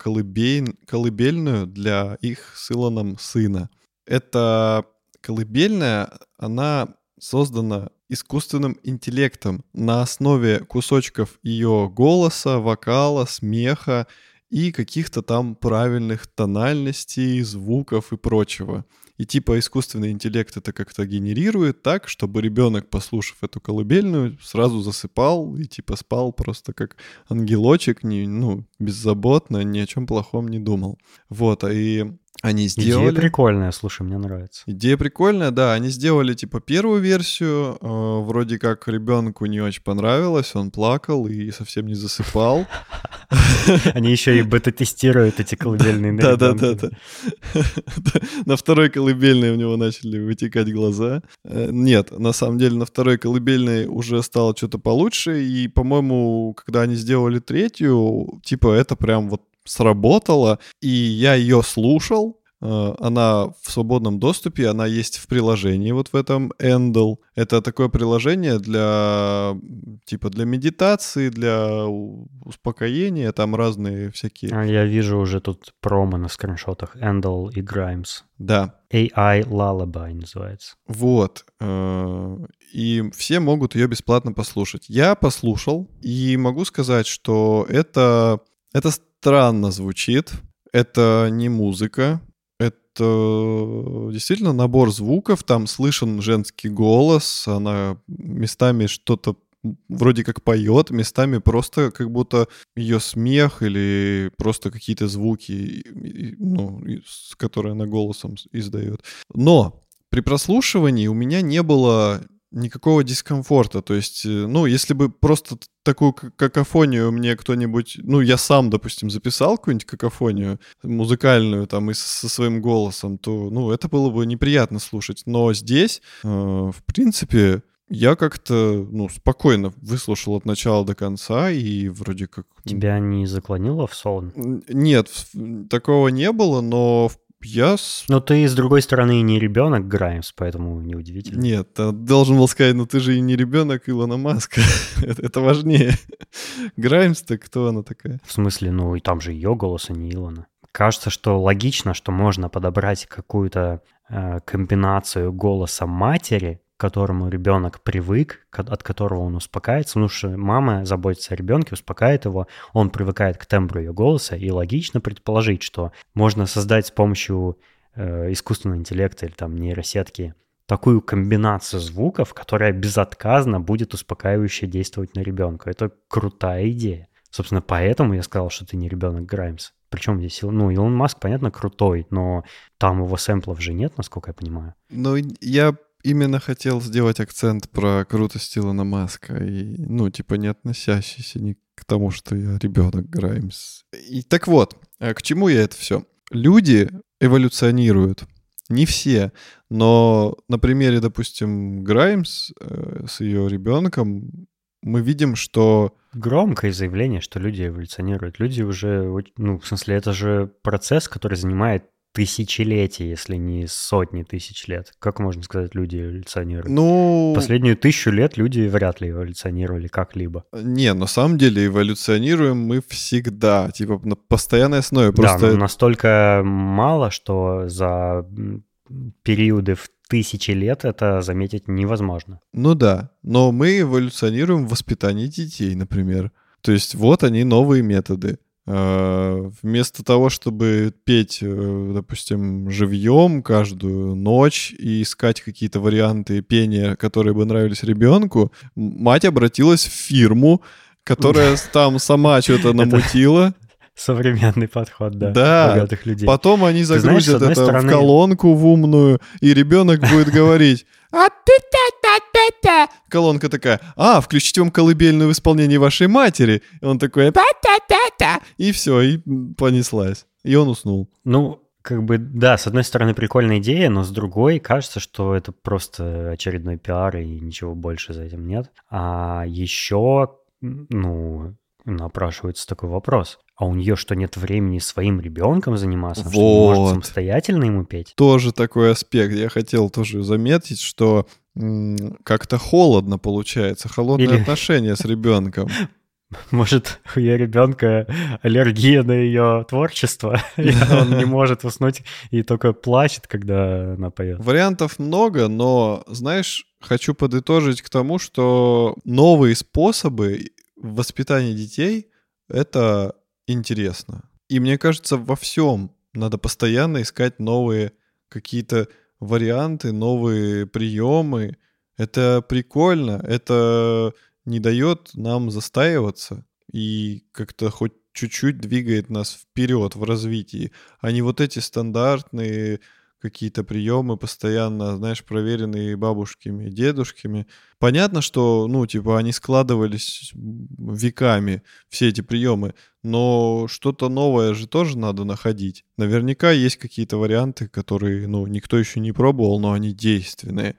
колыбельную для их с Илоном сына. Эта колыбельная, она создана искусственным интеллектом на основе кусочков ее голоса, вокала, смеха и каких-то там правильных тональностей, звуков и прочего. И типа искусственный интеллект это как-то генерирует так, чтобы ребенок, послушав эту колыбельную, сразу засыпал и типа спал просто как ангелочек, беззаботно, ни о чем плохом не думал. Вот, и они сделали... Идея прикольная, слушай, мне нравится. Идея прикольная, да. Они сделали, типа, первую версию. Вроде как ребенку не очень понравилось. Он плакал и совсем не засыпал. Они еще и бета-тестируют эти колыбельные на ребенке. Да. На второй колыбельной у него начали вытекать глаза. Нет, на самом деле на второй колыбельной уже стало что-то получше. И, по-моему, когда они сделали третью, типа, это прям вот сработало, и я ее слушал. Она в свободном доступе, она есть в приложении вот в этом Endel. Это такое приложение для медитации, для успокоения, там разные всякие... Я вижу уже тут промо на скриншотах. Endel и Grimes. Да. AI Lullaby называется. Вот. И все могут ее бесплатно послушать. Я послушал, и могу сказать, что это странно звучит. Это не музыка. Это действительно набор звуков, там слышен женский голос, она местами что-то вроде как поет, местами просто как будто ее смех или просто какие-то звуки, ну, которые она голосом издает. Но при прослушивании у меня не было никакого дискомфорта. То есть, ну, если бы просто такую какофонию мне кто-нибудь... Ну, я сам, допустим, записал какую-нибудь какофонию музыкальную там и со своим голосом, то, ну, это было бы неприятно слушать. Но здесь, в принципе, я как-то, ну, спокойно выслушал от начала до конца и вроде как... Тебя не заклонило в сон? Нет, такого не было, но Но ты, с другой стороны, и не ребенок Граймс, поэтому неудивительно. Нет, должен был сказать, ну ты же и не ребенок Илона Маска. Это важнее. Граймс-то кто она такая? В смысле, ну и там же ее голос, а не Илона. Кажется, что логично, что можно подобрать какую-то комбинацию голоса матери, к которому ребенок привык, от которого он успокаивается, потому что мама заботится о ребенке, успокаивает его, он привыкает к тембру ее голоса, и логично предположить, что можно создать с помощью искусственного интеллекта или там нейросетки такую комбинацию звуков, которая безотказно будет успокаивающе действовать на ребенка. Это крутая идея. Собственно, поэтому я сказал, что ты не ребенок Граймс. Причем здесь, ну, Илон Маск, понятно, крутой, но там его сэмплов же нет, насколько я понимаю. Ну, я именно хотел сделать акцент про крутость Илона Маска и, ну, типа, не относящийся ни к тому, что я ребенок Граймс. И так вот, к чему я это все? Люди эволюционируют. Не все, но на примере, допустим, Граймс с ее ребенком мы видим, что... Громкое заявление, что люди эволюционируют. Люди уже, ну, в смысле, это же процесс, который занимает тысячелетия, если не сотни тысяч лет. Как можно сказать, люди эволюционируют? Ну... Последнюю 1000 лет люди вряд ли эволюционировали как-либо. Не, на самом деле эволюционируем мы всегда, типа на постоянной основе. Просто... Да, но настолько мало, что за периоды в 1000 лет это заметить невозможно. Ну да, но мы эволюционируем в воспитании детей, например. То есть вот они новые методы. Вместо того, чтобы петь, допустим, живьем каждую ночь и искать какие-то варианты пения, которые бы нравились ребенку, мать обратилась в фирму, которая там сама что-то намутила. Современный подход, да, богатых людей. Потом они загрузят это в колонку в умную, и ребенок будет говорить: колонка такая: включите вам колыбельную в исполнении вашей матери. И он такой: и все, и понеслась. И он уснул. Ну, как бы, да, с одной стороны, прикольная идея, но с другой, кажется, что это просто очередной пиар, и ничего больше за этим нет. А еще, ну, напрашивается такой вопрос. А у нее что, нет времени своим ребенком заниматься? Вот. Что не может самостоятельно ему петь? Тоже такой аспект. Я хотел тоже заметить, что как-то холодно получается, холодные отношения с ребенком. Может, у ее ребенка аллергия на ее творчество, и он не может уснуть и только плачет, когда она поет. Вариантов много, но, знаешь, хочу подытожить к тому, что новые способы воспитания детей — это интересно. И мне кажется, во всем надо постоянно искать новые какие-то варианты, новые приемы. Это прикольно, это не дает нам застаиваться и как-то хоть чуть-чуть двигает нас вперед в развитии, а не вот эти стандартные какие-то приемы, постоянно, знаешь, проверенные бабушками и дедушками. Понятно, что, ну, типа, они складывались веками, все эти приемы, но что-то новое же тоже надо находить. Наверняка есть какие-то варианты, которые, ну, никто еще не пробовал, но они действенные.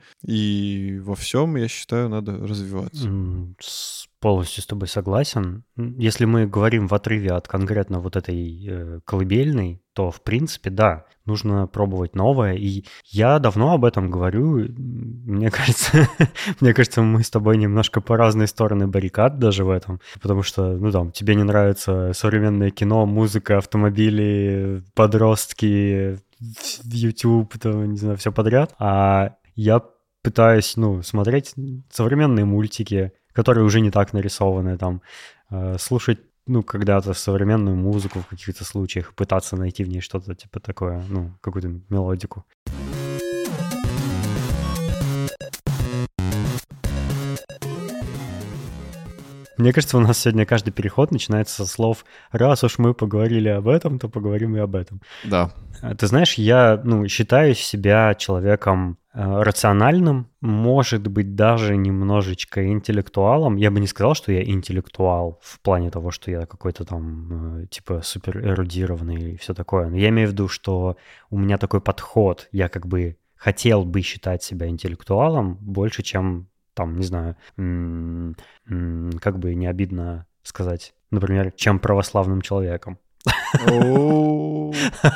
И во всем, я считаю, надо развиваться. Полностью с тобой согласен. Если мы говорим в отрыве от конкретно вот этой колыбельной, то, в принципе, да, нужно пробовать новое. И я давно об этом говорю. Мне кажется, мы с тобой немножко по разные стороны баррикад даже в этом. Потому что, ну там, тебе не нравится современное кино, музыка, автомобили, подростки, YouTube, там, не знаю, все подряд. А я пытаюсь, ну, смотреть современные мультики, которые уже не так нарисованы, там, слушать, ну, когда-то современную музыку в каких-то случаях, пытаться найти в ней что-то типа такое, ну, какую-то мелодику. Мне кажется, у нас сегодня каждый переход начинается со слов «раз уж мы поговорили об этом, то поговорим и об этом». Да. Ты знаешь, я считаю себя человеком рациональным, может быть, даже немножечко интеллектуалом. Я бы не сказал, что я интеллектуал в плане того, что я какой-то там типа супер эрудированный и все такое. Но я имею в виду, что у меня такой подход. Я как бы хотел бы считать себя интеллектуалом больше, чем там, не знаю, как бы не обидно сказать, например, чем православным человеком. Ну,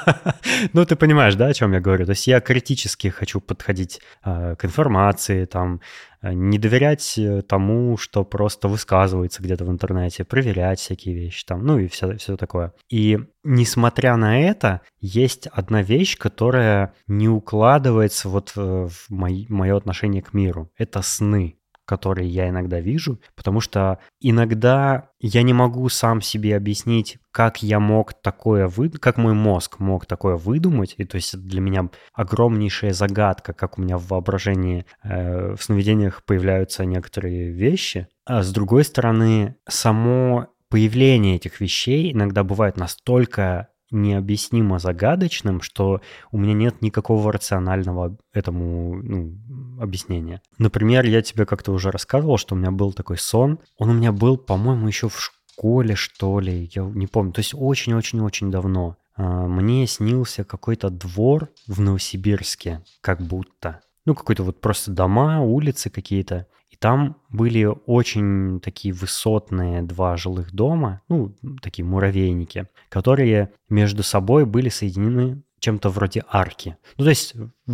ты понимаешь, да, о чем я говорю? То есть я критически хочу подходить к информации, там, не доверять тому, что просто высказывается где-то в интернете, проверять всякие вещи, там, ну и все такое. И несмотря на это, есть одна вещь, которая не укладывается вот в мое отношение к миру. Это сны, которые я иногда вижу, потому что иногда я не могу сам себе объяснить, как я мог такое как мой мозг мог такое выдумать, и то есть для меня огромнейшая загадка, как у меня в воображении в сновидениях появляются некоторые вещи, а с другой стороны, само появление этих вещей иногда бывает настолько необъяснимо загадочным, что у меня нет никакого рационального этому объяснения. Например, я тебе как-то уже рассказывал, что у меня был такой сон. Он у меня был, по-моему, еще в школе, что ли, я не помню. То есть очень-очень-очень давно. Мне снился какой-то двор в Новосибирске, как будто. Какой-то вот просто дома, улицы какие-то. И там были очень такие высотные 2 жилых дома, такие муравейники, которые между собой были соединены чем-то вроде арки. То есть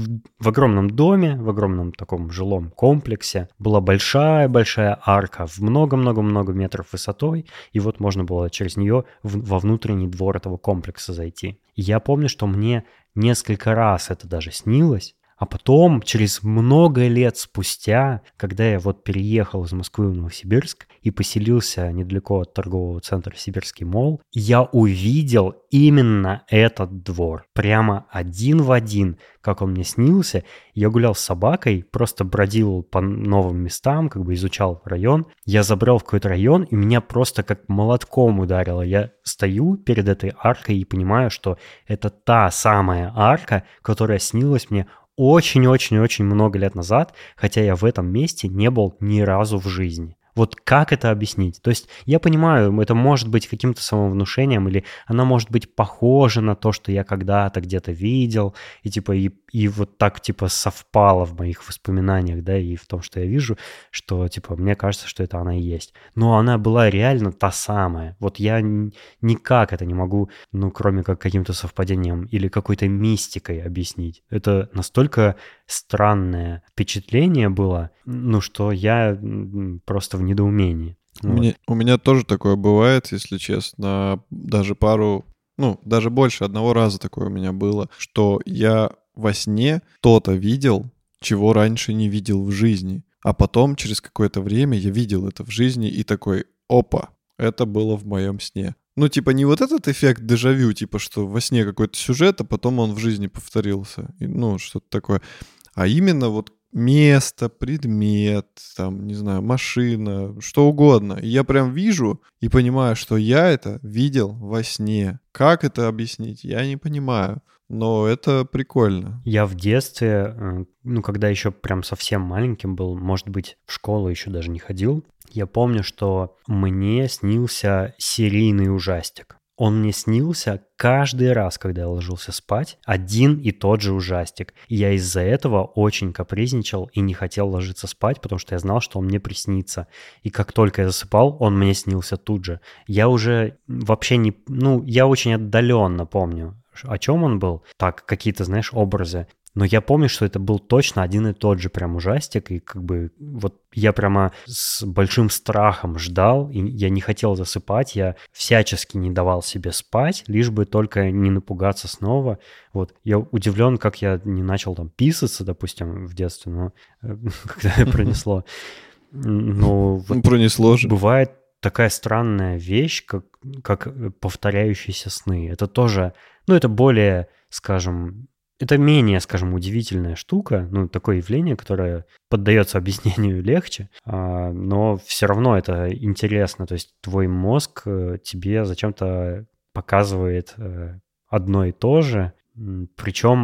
в огромном доме, в огромном таком жилом комплексе была большая-большая арка в много-много-много метров высотой, и вот можно было через нее во внутренний двор этого комплекса зайти. И я помню, что мне несколько раз это даже снилось. А потом, через много лет спустя, когда я вот переехал из Москвы в Новосибирск и поселился недалеко от торгового центра Сибирский молл, я увидел именно этот двор. Прямо один в один, как он мне снился. Я гулял с собакой, просто бродил по новым местам, как бы изучал район. Я забрел в какой-то район, и меня просто как молотком ударило. Я стою перед этой аркой и понимаю, что это та самая арка, которая снилась мне очень-очень-очень много лет назад, хотя я в этом месте не был ни разу в жизни. Вот как это объяснить? То есть я понимаю, это может быть каким-то самовнушением, или она может быть похожа на то, что я когда-то где-то видел, и типа и вот так типа совпало в моих воспоминаниях, да, и в том, что я вижу, что типа мне кажется, что это она и есть. Но она была реально та самая. Вот я никак это не могу, кроме как каким-то совпадением или какой-то мистикой объяснить. Это настолько странное впечатление было, что я просто в недоумении. У меня тоже такое бывает, если честно, даже даже больше одного раза такое у меня было, что я во сне то-то видел, чего раньше не видел в жизни. А потом, через какое-то время, я видел это в жизни и такой, опа, это было в моем сне. Типа не вот этот эффект дежавю, типа что во сне какой-то сюжет, а потом он в жизни повторился. И, что-то такое. А именно вот место, предмет, там, не знаю, машина, что угодно. И я прям вижу и понимаю, что я это видел во сне. Как это объяснить, я не понимаю. Но это прикольно. Я в детстве, когда еще прям совсем маленьким был, может быть, в школу еще даже не ходил, я помню, что мне снился серийный ужастик. Он мне снился каждый раз, когда я ложился спать, один и тот же ужастик. И я из-за этого очень капризничал и не хотел ложиться спать, потому что я знал, что он мне приснится. И как только я засыпал, он мне снился тут же. Я уже вообще не... я очень отдаленно помню, о чем он был. Так, какие-то, знаешь, образы. Но я помню, что это был точно один и тот же прям ужастик, и как бы вот я прямо с большим страхом ждал, и я не хотел засыпать, я всячески не давал себе спать, лишь бы только не напугаться снова. Вот, я удивлен, как я не начал там писаться, допустим, в детстве, но когда пронесло. Но вот пронесло же. Бывает такая странная вещь, как повторяющиеся сны. Это тоже, это более, скажем, это менее, скажем, удивительная штука, ну, такое явление, которое поддается объяснению легче, но все равно это интересно. То есть твой мозг тебе зачем-то показывает одно и то же. Причем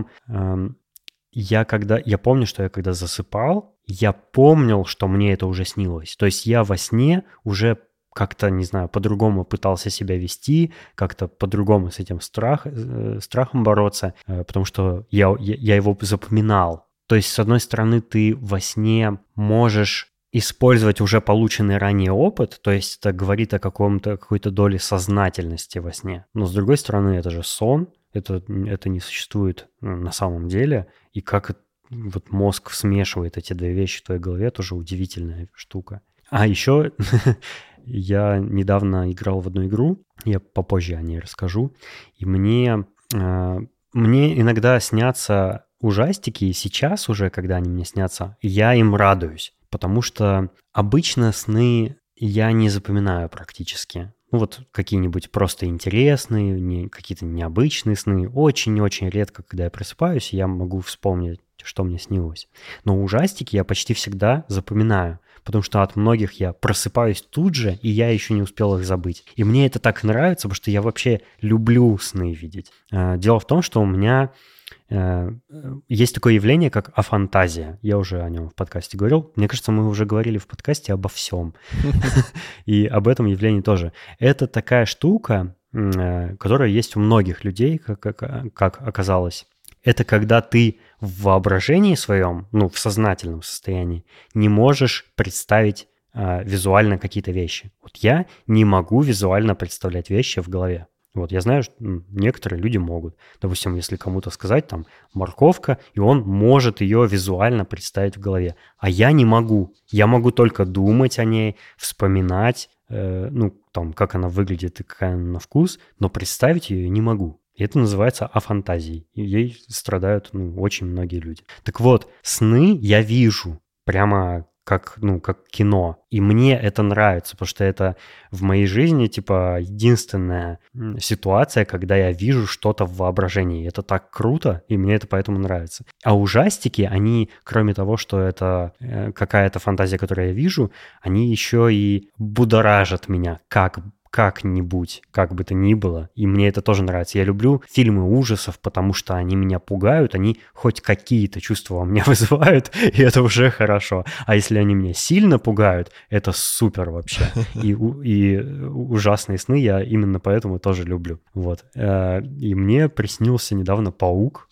я помню, что я когда засыпал, я помнил, что мне это уже снилось. То есть я во сне уже как-то, не знаю, по-другому пытался себя вести, как-то по-другому с этим страхом бороться, потому что я его запоминал. То есть, с одной стороны, ты во сне можешь использовать уже полученный ранее опыт, то есть это говорит о какой-то доле сознательности во сне. Но с другой стороны, это же сон, это не существует на самом деле, и как вот мозг смешивает эти две вещи в твоей голове, тоже удивительная штука. А еще я недавно играл в одну игру, я попозже о ней расскажу, и мне иногда снятся ужастики, и сейчас уже, когда они мне снятся, я им радуюсь, потому что обычно сны я не запоминаю практически. Ну вот какие-нибудь просто интересные, какие-то необычные сны. Очень-очень редко, когда я просыпаюсь, я могу вспомнить, что мне снилось. Но ужастики я почти всегда запоминаю, потому что от многих я просыпаюсь тут же, и я еще не успел их забыть. И мне это так нравится, потому что я вообще люблю сны видеть. Дело в том, что у меня есть такое явление, как афантазия. Я уже о нем в подкасте говорил. Мне кажется, мы уже говорили в подкасте обо всем. И об этом явлении тоже. Это такая штука, которая есть у многих людей, как оказалось. Это когда ты в воображении своем, ну, в сознательном состоянии, не можешь представить визуально какие-то вещи. Вот я не могу визуально представлять вещи в голове. Вот я знаю, что некоторые люди могут. Допустим, если кому-то сказать там морковка, и он может ее визуально представить в голове. А я не могу. Я могу только думать о ней, вспоминать, там, как она выглядит и какая она на вкус, но представить ее не могу. И это называется афантазией. И ей страдают очень многие люди. Так вот, сны я вижу прямо как кино. И мне это нравится, потому что это в моей жизни, единственная ситуация, когда я вижу что-то в воображении. Это так круто, и мне это поэтому нравится. А ужастики, они, кроме того, что это какая-то фантазия, которую я вижу, они еще и будоражат меня как-нибудь, как бы то ни было. И мне это тоже нравится. Я люблю фильмы ужасов, потому что они меня пугают, они хоть какие-то чувства во мне вызывают, и это уже хорошо. А если они меня сильно пугают, это супер вообще. И ужасные сны я именно поэтому тоже люблю. Вот. И мне приснился недавно паук.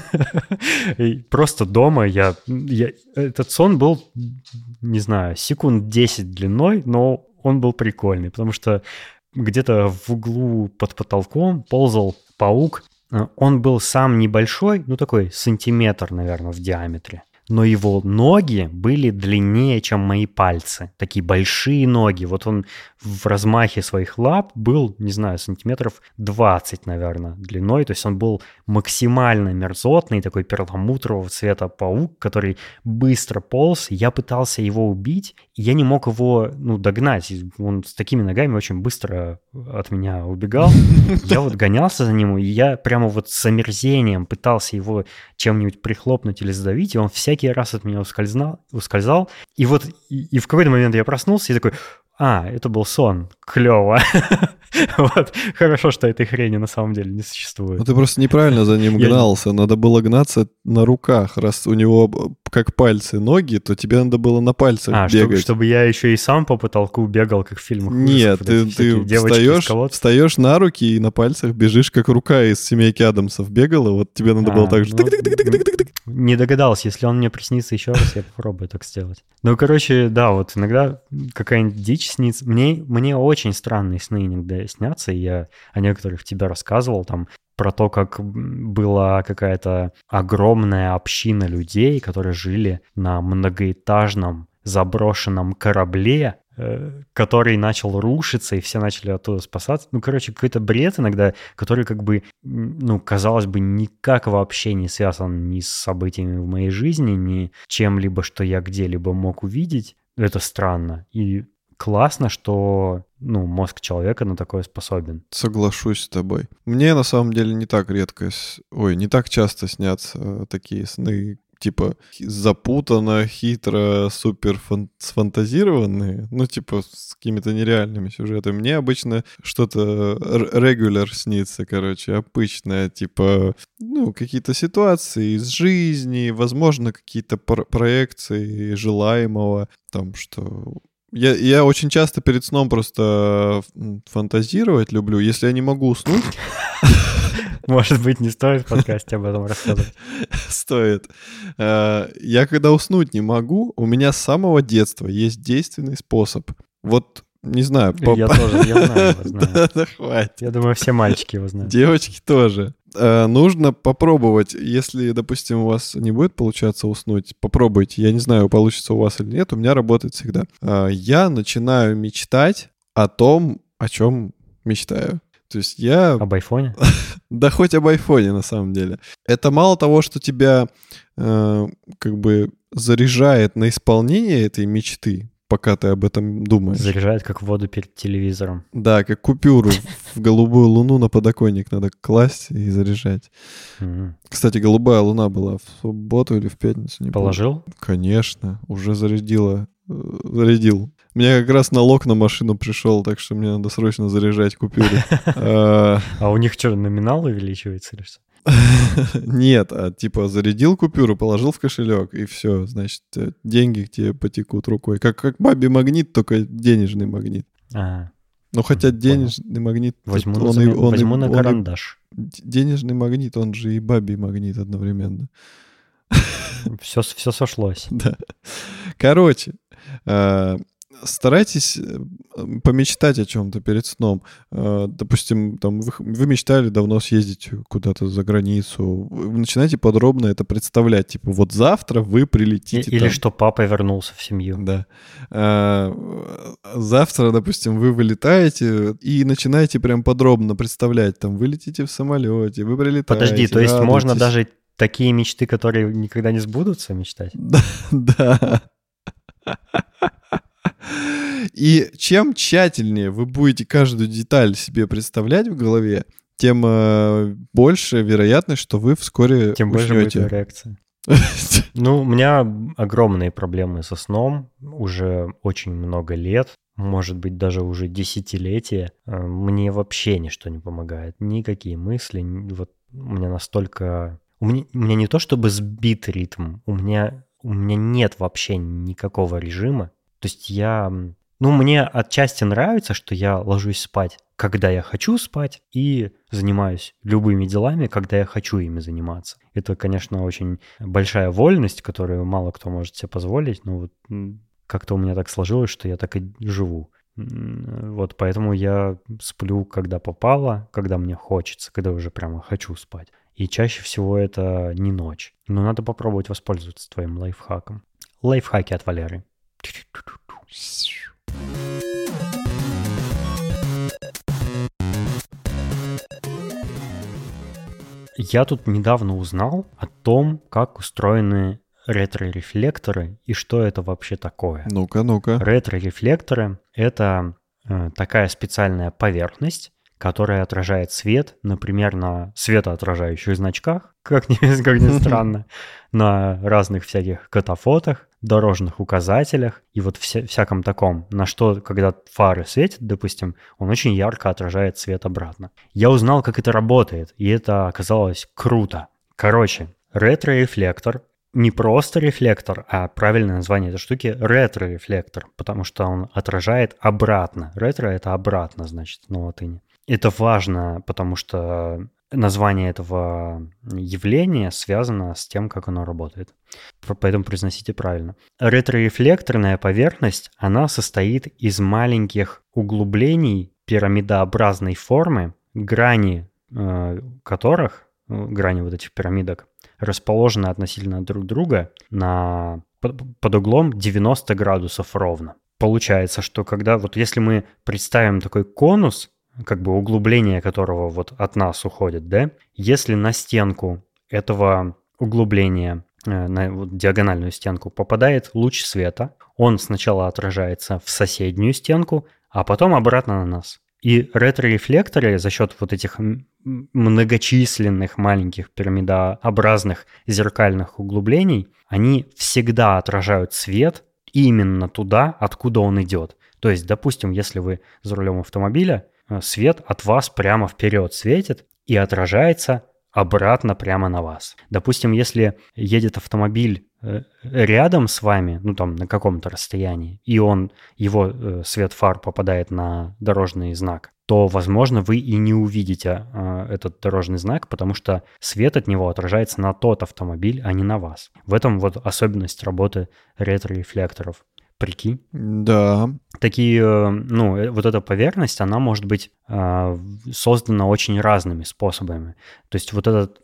Просто дома этот сон был, не знаю, секунд 10 длиной, но он был прикольный, потому что где-то в углу под потолком ползал паук. Он был сам небольшой, такой сантиметр, наверное, в диаметре. Но его ноги были длиннее, чем мои пальцы. Такие большие ноги. Вот он в размахе своих лап был, не знаю, сантиметров 20, наверное, длиной. То есть он был максимально мерзотный, такой перламутрового цвета паук, который быстро полз. Я пытался его убить, и я не мог его, догнать. Он с такими ногами очень быстро от меня убегал. Я вот гонялся за ним, и я прямо вот с омерзением пытался его чем-нибудь прихлопнуть или задавить, и он всякий раз от меня ускользал. И вот и в какой-то момент я проснулся и такой: это был сон, клево. Вот. Хорошо, что этой хрени на самом деле не существует. Ты просто неправильно за ним гнался. Надо было гнаться на руках. Раз у него как пальцы ноги, то тебе надо было на пальцах бегать. Чтобы я еще и сам по потолку бегал, как в фильмах. Нет, ты встаешь на руки и на пальцах бежишь, как рука из «Семейки Адамсов» бегала. Вот тебе надо было так же. Не догадался. Если он мне приснится еще раз, я попробую так сделать. Да, вот иногда какая-нибудь дичь снится. Мне очень странные сны иногда снятся, и я о некоторых тебе рассказывал, там, про то, как была какая-то огромная община людей, которые жили на многоэтажном заброшенном корабле, который начал рушиться, и все начали оттуда спасаться. Какой-то бред иногда, который казалось бы, никак вообще не связан ни с событиями в моей жизни, ни чем-либо, что я где-либо мог увидеть. Это странно. И классно, что мозг человека на такое способен. Соглашусь с тобой. Мне на самом деле не так не так часто снятся такие сны, типа запутанно, хитро, супер сфантазированные, с какими-то нереальными сюжетами. Мне обычно что-то регуляр снится, обычное, какие-то ситуации из жизни, возможно, какие-то проекции желаемого, что... Я очень часто перед сном просто фантазировать люблю. Если я не могу уснуть... Может быть, не стоит в подкасте об этом рассказывать? Стоит. Я когда уснуть не могу, у меня с самого детства есть действенный способ. Вот, не знаю... Я тоже, я знаю его, знаю. Да, хватит. Я думаю, все мальчики его знают. Девочки тоже. Нужно попробовать, если, допустим, у вас не будет получаться уснуть, попробуйте. Я не знаю, получится у вас или нет, у меня работает всегда. Я начинаю мечтать о том, о чем мечтаю. То есть я... Об айфоне? Да хоть об айфоне, на самом деле. Это мало того, что тебя заряжает на исполнение этой мечты, пока ты об этом думаешь. Заряжает, как воду перед телевизором. Да, как купюру в голубую луну на подоконник надо класть и заряжать. Кстати, голубая луна была в субботу или в пятницу. Не Положил? помню. Конечно, уже зарядил. Мне как раз налог на машину пришел, так что мне надо срочно заряжать купюры. А у них что, номинал увеличивается или что? Нет, зарядил купюру, положил в кошелек, и все, значит, деньги к тебе потекут рукой. Как бабий магнит, только денежный магнит. Хотя денежный магнит... Возьму на карандаш. Денежный магнит, он же и бабий магнит одновременно. Все сошлось. Да. Короче, старайтесь помечтать о чем-то перед сном. Допустим, вы мечтали давно съездить куда-то за границу. Вы начинаете подробно это представлять. Вот завтра вы прилетите. Или что папа вернулся в семью. Да. Завтра, допустим, вы вылетаете и начинаете прям подробно представлять. Вы летите в самолете, вы прилетаете. Подожди, то есть можно даже такие мечты, которые никогда не сбудутся, мечтать? Да. И чем тщательнее вы будете каждую деталь себе представлять в голове, тем больше вероятность, что вы вскоре тем больше будет реакция. У меня огромные проблемы со сном уже очень много лет, может быть, даже уже десятилетия. Мне вообще ничто не помогает, никакие мысли. Вот у меня настолько... У меня не то чтобы сбит ритм, у меня нет вообще никакого режима. То есть мне отчасти нравится, что я ложусь спать, когда я хочу спать, и занимаюсь любыми делами, когда я хочу ими заниматься. Это, конечно, очень большая вольность, которую мало кто может себе позволить, но вот как-то у меня так сложилось, что я так и живу. Вот поэтому я сплю, когда попало, когда мне хочется, когда уже прямо хочу спать. И чаще всего это не ночь. Но надо попробовать воспользоваться твоим лайфхаком. Лайфхаки от Валеры. Я тут недавно узнал о том, как устроены ретро-рефлекторы и что это вообще такое. Ну-ка. Ретро-рефлекторы — это такая специальная поверхность, которая отражает свет, например, на светоотражающих значках, как ни странно, на разных всяких катафотах, дорожных указателях и вот всяком таком, на что, когда фары светят, допустим, он очень ярко отражает свет обратно. Я узнал, как это работает, и это оказалось круто. Короче, ретро-рефлектор не просто рефлектор, а правильное название этой штуки — ретро-рефлектор, потому что он отражает обратно. Ретро — это обратно, значит, на латыни. Это важно, потому что название этого явления связано с тем, как оно работает. Поэтому произносите правильно. Ретрорефлекторная поверхность, она состоит из маленьких углублений пирамидообразной формы, грани которых, грани вот этих пирамидок, расположены относительно друг друга под углом 90 градусов ровно. Получается, что если мы представим такой конус, углубление которого вот от нас уходит, да? Если на стенку этого углубления, на диагональную стенку, попадает луч света, он сначала отражается в соседнюю стенку, а потом обратно на нас. И ретро-рефлекторы за счет вот этих многочисленных маленьких пирамидообразных зеркальных углублений, они всегда отражают свет именно туда, откуда он идет. То есть, допустим, если вы за рулем автомобиля, свет от вас прямо вперед светит и отражается обратно прямо на вас. Допустим, если едет автомобиль рядом с вами, ну там на каком-то расстоянии, и его свет фар попадает на дорожный знак, то, возможно, вы и не увидите этот дорожный знак, потому что свет от него отражается на тот автомобиль, а не на вас. В этом вот особенность работы ретро-рефлекторов. Прикинь? Да. Вот эта поверхность, она может быть создана очень разными способами. То есть вот этот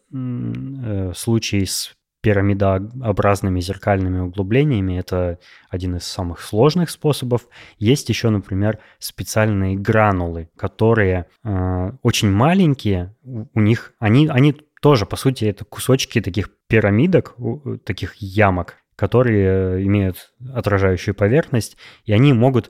случай с пирамидообразными зеркальными углублениями — это один из самых сложных способов. Есть еще, например, специальные гранулы, которые очень маленькие. У них они тоже, по сути, это кусочки таких пирамидок, таких ямок, которые имеют отражающую поверхность, и они могут,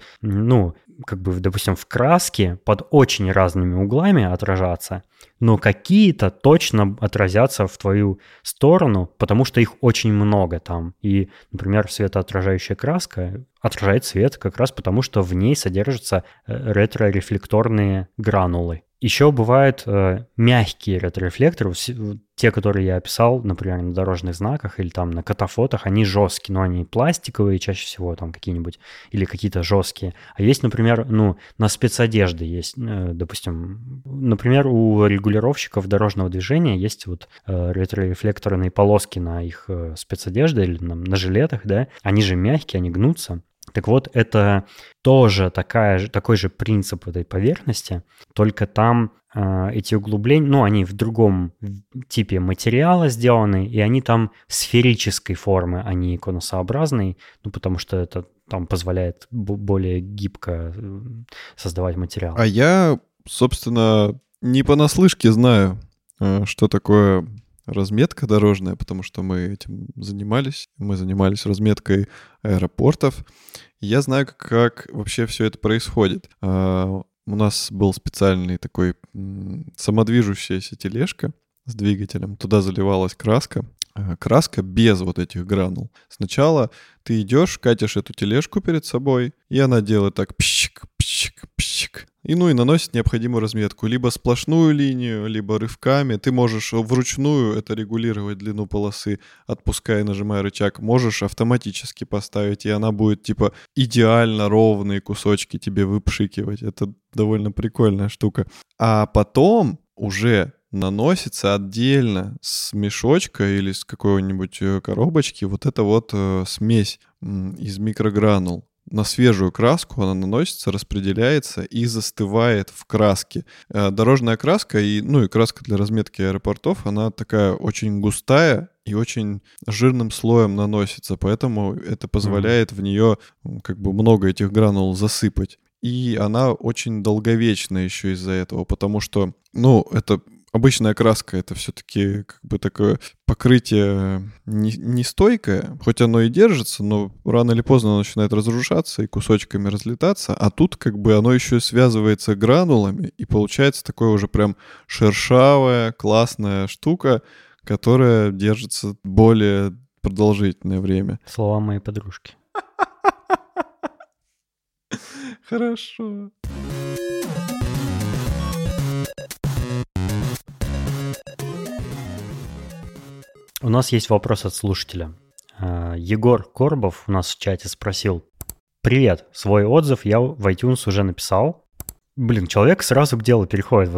допустим, в краске под очень разными углами отражаться, но какие-то точно отразятся в твою сторону, потому что их очень много там. И, например, светоотражающая краска отражает свет как раз потому, что в ней содержатся ретро-рефлекторные гранулы. Еще бывают мягкие ретро-рефлекторы, те, которые я описал, например, на дорожных знаках или там на катафотах, они жесткие, но они пластиковые чаще всего там какие-нибудь, или какие-то жесткие. А есть, например, на спецодежде есть, допустим, например, у регулировщиков дорожного движения есть вот ретро-рефлекторные полоски на их спецодежде или на жилетах, да, они же мягкие, они гнутся. Так вот, это тоже такой же принцип этой поверхности, только там эти углубления, они в другом типе материала сделаны, и они там сферической формы, а не конусообразной, потому что это там позволяет более гибко создавать материал. А я, собственно, не понаслышке знаю, что такое разметка дорожная, потому что мы этим занимались. Мы занимались разметкой аэропортов. Я знаю, как вообще все это происходит. У нас был специальный такой самодвижущаяся тележка с двигателем. Туда заливалась краска. Краска без вот этих гранул. Сначала ты идешь, катишь эту тележку перед собой, и она делает так пщик, пщик, пщик. И наносит необходимую разметку. Либо сплошную линию, либо рывками. Ты можешь вручную это регулировать, длину полосы, отпуская, нажимая рычаг. Можешь автоматически поставить, и она будет типа идеально ровные кусочки тебе выпшикивать. Это довольно прикольная штука. А потом уже наносится отдельно с мешочка или с какой-нибудь коробочки вот эта вот смесь из микрогранул. На свежую краску она наносится, распределяется и застывает в краске. Дорожная краска и краска для разметки аэропортов, она такая очень густая и очень жирным слоем наносится, поэтому это позволяет в нее много этих гранул засыпать. И она очень долговечна еще из-за этого, потому что, это обычная краска — это все-таки такое покрытие нестойкое, хоть оно и держится, но рано или поздно оно начинает разрушаться и кусочками разлетаться, а тут оно еще связывается гранулами, и получается такое уже прям шершавая, классная штука, которая держится более продолжительное время. Слова моей подружки. Хорошо. У нас есть вопрос от слушателя. Егор Корбов у нас в чате спросил: «Привет, свой отзыв я в iTunes уже написал». Человек сразу к делу переходит.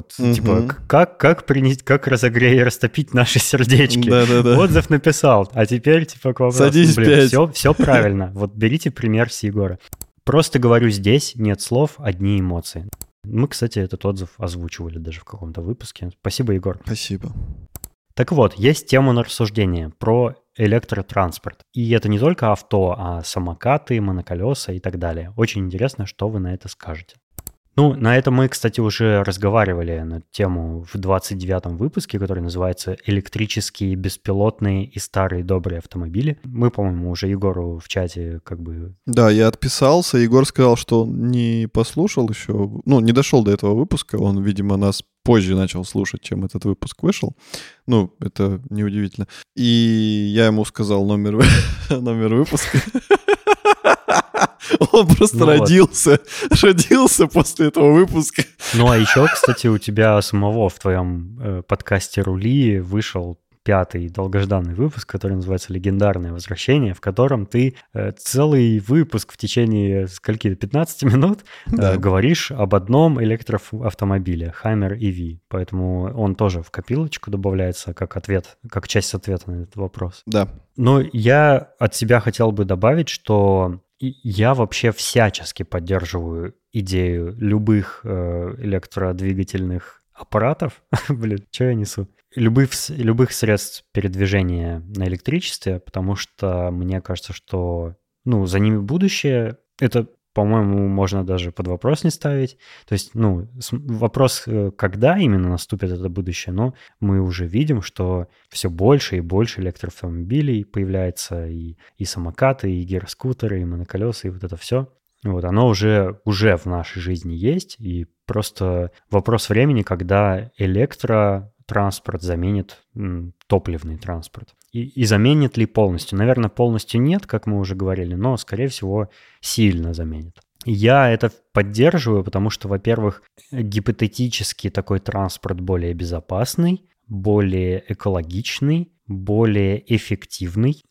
Как разогреть и растопить наши сердечки. Да-да-да. Отзыв написал, а теперь к вопросу. Садись, все правильно. Вот берите пример с Егора. Просто говорю, здесь нет слов, одни эмоции. Мы, кстати, этот отзыв озвучивали даже в каком-то выпуске. Спасибо, Егор. Спасибо. Так вот, есть тема на рассуждение про электротранспорт. И это не только авто, а самокаты, моноколеса и так далее. Очень интересно, что вы на это скажете. Ну, на этом мы, кстати, уже разговаривали на тему в 29-м выпуске, который называется «Электрические, беспилотные и старые добрые автомобили». Мы, по-моему, уже Егору в чате как бы... Да, я отписался. Егор сказал, что он не послушал еще, ну, не дошел до этого выпуска. Он, видимо, нас позже начал слушать, чем этот выпуск вышел. Ну, это неудивительно. И я ему сказал номер выпуска. Он просто родился после этого выпуска. Ну, а еще, кстати, у тебя самого в твоем подкасте «Рули» вышел 5-й долгожданный выпуск, который называется «Легендарное возвращение», в котором ты целый выпуск в течение скольки-то 15 минут говоришь об одном электроавтомобиле Hummer EV. Поэтому он тоже в копилочку добавляется как ответ, как часть ответа на этот вопрос. Да. Но я от себя хотел бы добавить, что я вообще всячески поддерживаю идею любых электродвигательных аппаратов. Блин, что я несу? Любых средств передвижения на электричестве, потому что мне кажется, что за ними будущее. Это, по-моему, можно даже под вопрос не ставить. То есть, вопрос, когда именно наступит это будущее, но мы уже видим, что все больше и больше электроавтомобилей появляется, и самокаты, и гироскутеры, и моноколеса, и вот это все. Вот, оно уже в нашей жизни есть, и просто вопрос времени, когда электротранспорт заменит топливный транспорт. И заменит ли полностью? Наверное, полностью нет, как мы уже говорили, но, скорее всего, сильно заменит. Я это поддерживаю, потому что, во-первых, гипотетически такой транспорт более безопасный, более экологичный, более эффективный.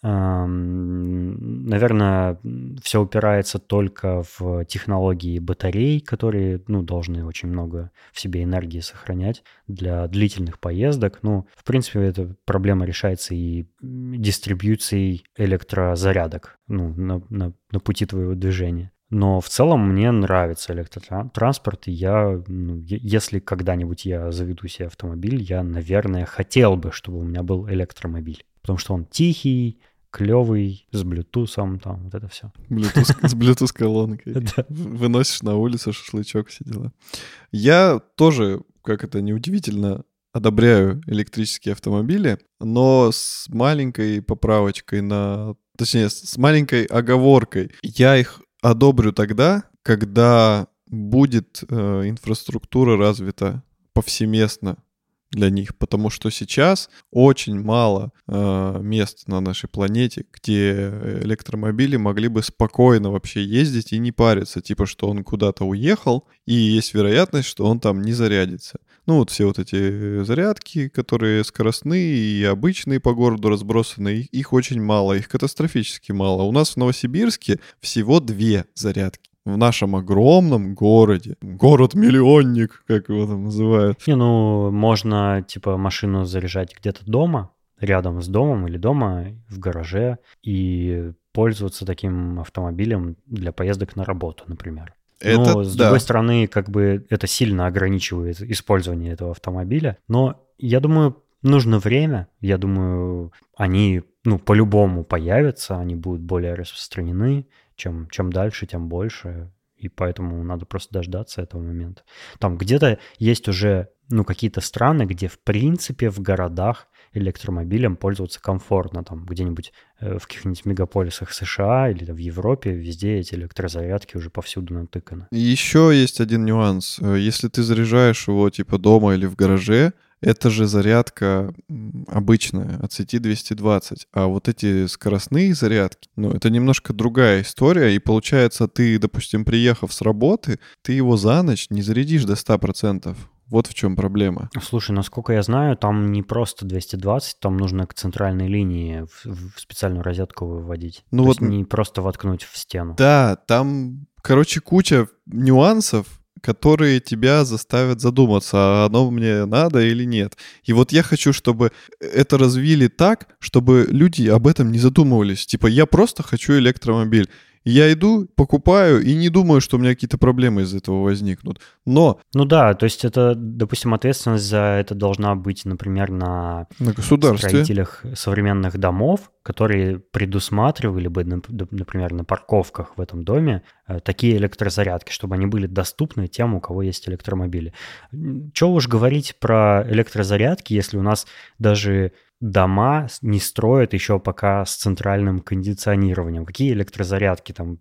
Наверное, все упирается только в технологии батарей, которые, должны очень много в себе энергии сохранять для длительных поездок. В принципе, эта проблема решается и дистрибьюцией электрозарядок, на пути твоего движения. Но в целом мне нравится электротранспорт, и если когда-нибудь я заведу себе автомобиль, я, наверное, хотел бы, чтобы у меня был электромобиль. Потому что он тихий, клевый, с Bluetooth, там вот это все. С Bluetooth-колонкой. Выносишь на улицу шашлычок, все дела. Я тоже, как это неудивительно, одобряю электрические автомобили, но с маленькой поправочкой точнее, с маленькой оговоркой. Я их одобрю тогда, когда будет инфраструктура развита повсеместно для них, потому что сейчас очень мало мест на нашей планете, где электромобили могли бы спокойно вообще ездить и не париться, типа что он куда-то уехал, и есть вероятность, что он там не зарядится. Все вот эти зарядки, которые скоростные и обычные по городу разбросаны, их очень мало, их катастрофически мало. У нас в Новосибирске всего 2 зарядки. В нашем огромном городе. Город-миллионник, как его там называют. Можно, машину заряжать где-то дома, рядом с домом или дома в гараже, и пользоваться таким автомобилем для поездок на работу, например. Но, с другой стороны, это сильно ограничивает использование этого автомобиля. Но, я думаю, нужно время. Я думаю, они, по-любому появятся, они будут более распространены. Чем дальше, тем больше. И поэтому надо просто дождаться этого момента. Там где-то есть уже какие-то страны, где в принципе в городах электромобилем пользоваться комфортно. Там где-нибудь в каких-нибудь мегаполисах США или в Европе везде эти электрозарядки уже повсюду натыканы. Еще есть один нюанс. Если ты заряжаешь его дома или в гараже, это же зарядка обычная от сети 220. А вот эти скоростные зарядки, это немножко другая история. И получается, ты, допустим, приехав с работы, ты его за ночь не зарядишь до 100%. Вот в чем проблема. Слушай, насколько я знаю, там не просто 220, там нужно к центральной линии в специальную розетку выводить. То есть не просто воткнуть в стену. Да, там, куча нюансов, которые тебя заставят задуматься, а оно мне надо или нет. И вот я хочу, чтобы это развили так, чтобы люди об этом не задумывались. Я просто хочу электромобиль. Я иду, покупаю и не думаю, что у меня какие-то проблемы из-за этого возникнут. Но Ну да, то есть это, допустим, ответственность за это должна быть, например, на на государстве. строителях современных домов, которые предусматривали бы, например, на парковках в этом доме такие электрозарядки, чтобы они были доступны тем, у кого есть электромобили. Чего уж говорить про электрозарядки, если у нас даже дома не строят еще пока с центральным кондиционированием. Какие электрозарядки там?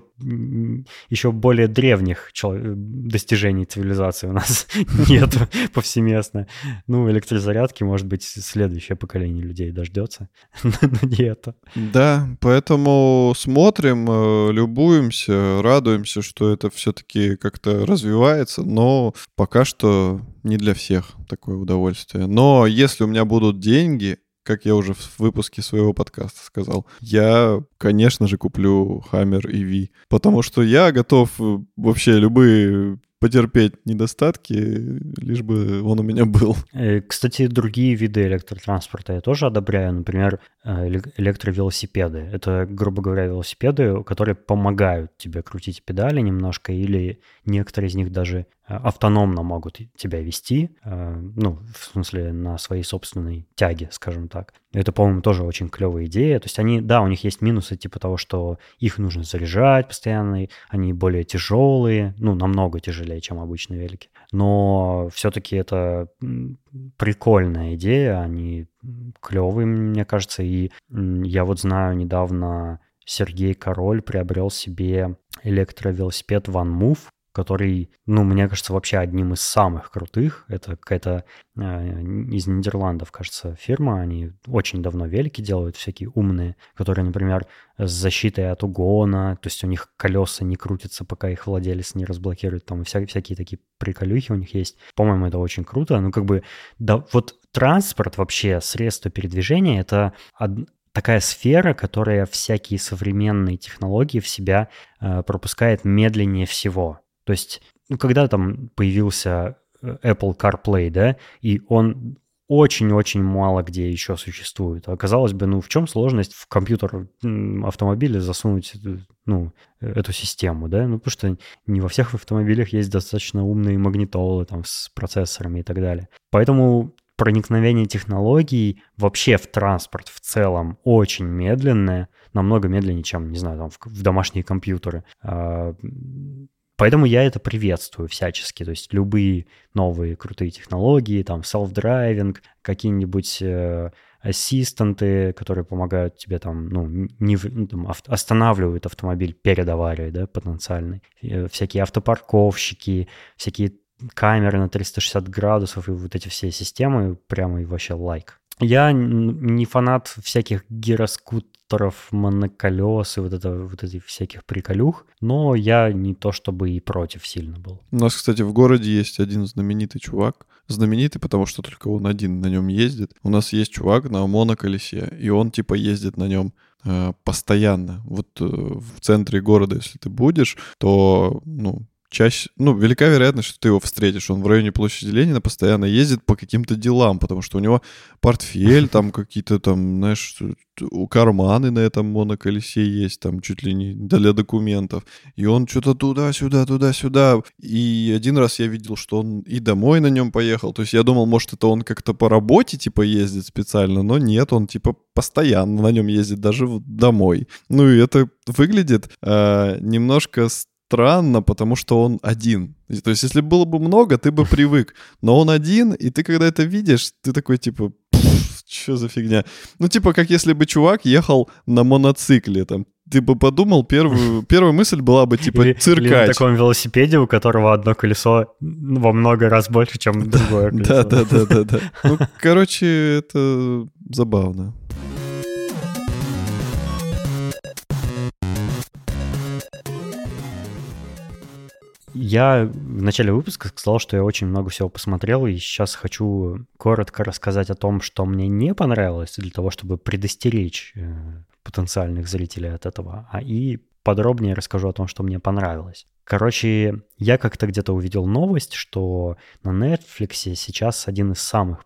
Еще более древних достижений цивилизации у нас нет повсеместно. Ну, электрозарядки, может быть, следующее поколение людей дождется, но не это. Да, поэтому смотрим, любуемся, радуемся, что это все-таки как-то развивается, но пока что не для всех такое удовольствие. Но если у меня будут деньги, как я уже в выпуске своего подкаста сказал, я, конечно же, куплю Hammer EV, потому что я готов вообще любые потерпеть недостатки, лишь бы он у меня был. Кстати, другие виды электротранспорта я тоже одобряю. Например, электровелосипеды. Это, грубо говоря, велосипеды, которые помогают тебе крутить педали немножко, или некоторые из них даже автономно могут тебя вести, ну, в смысле, на своей собственной тяге, скажем так. Это, по-моему, тоже очень клевая идея. То есть они, да, у них есть минусы типа того, что их нужно заряжать постоянно, они более тяжелые, ну, намного тяжелее, чем обычные велики. Но все-таки это прикольная идея, они клевые, мне кажется. И я вот знаю, недавно Сергей Король приобрел себе электровелосипед OneMove, который, ну, мне кажется, вообще одним из самых крутых. Это какая-то из Нидерландов, кажется, фирма. Они очень давно велики делают, всякие умные, которые, например, с защитой от угона, то есть у них колеса не крутятся, пока их владелец не разблокирует, там всякие такие приколюхи у них есть. По-моему, это очень круто. Ну, как бы, да, вот транспорт вообще, средство передвижения, это такая сфера, которая всякие современные технологии в себя пропускает медленнее всего. То есть, ну, когда там появился Apple CarPlay, да, и он очень-очень мало где еще существует. А казалось бы, ну, в чем сложность в компьютер автомобиля засунуть, ну, эту систему, да? Ну, потому что не во всех автомобилях есть достаточно умные магнитолы там с процессорами и так далее. Поэтому проникновение технологий вообще в транспорт в целом очень медленное, намного медленнее, чем, не знаю, там в домашние компьютеры. Поэтому я это приветствую всячески. То есть любые новые крутые технологии, там self-driving, какие-нибудь ассистенты, которые помогают тебе там, ну, останавливают автомобиль перед аварией, да, потенциальной. Всякие автопарковщики, всякие камеры на 360 градусов и вот эти все системы прямо и вообще лайк. Я не фанат всяких гироскутеров, моноколес и вот этих всяких приколюх, но я не то чтобы и против сильно был. У нас, кстати, в городе есть один знаменитый чувак. Знаменитый, потому что только он один на нем ездит. У нас есть чувак на моноколесе, и он типа ездит на нем постоянно. Вот в центре города, если ты будешь, то, ну, велика вероятность, что ты его встретишь. Он в районе площади Ленина постоянно ездит по каким-то делам, потому что у него портфель, там какие-то там, знаешь, карманы на этом моноколесе есть, там чуть ли не для документов. И он что-то туда-сюда, туда-сюда. И один раз я видел, что он и домой на нем поехал. То есть я думал, может, это он как-то по работе типа ездит специально, но нет, он типа постоянно на нем ездит даже домой. Ну и это выглядит немножко странно, потому что он один. То есть, если было бы много, ты бы привык. Но он один, и ты, когда это видишь, ты такой, типа, что за фигня? Ну, типа, как если бы чувак ехал на моноцикле, там, ты бы подумал, первая мысль была бы, типа, циркач. Или на таком велосипеде, у которого одно колесо во много раз больше, чем другое колесо. Да. Ну, короче, это забавно. Я в начале выпуска сказал, что я очень много всего посмотрел, и сейчас хочу коротко рассказать о том, что мне не понравилось, для того, чтобы предостеречь потенциальных зрителей от этого, и подробнее расскажу о том, что мне понравилось. Короче, я как-то где-то увидел новость, что на Netflix сейчас один из самых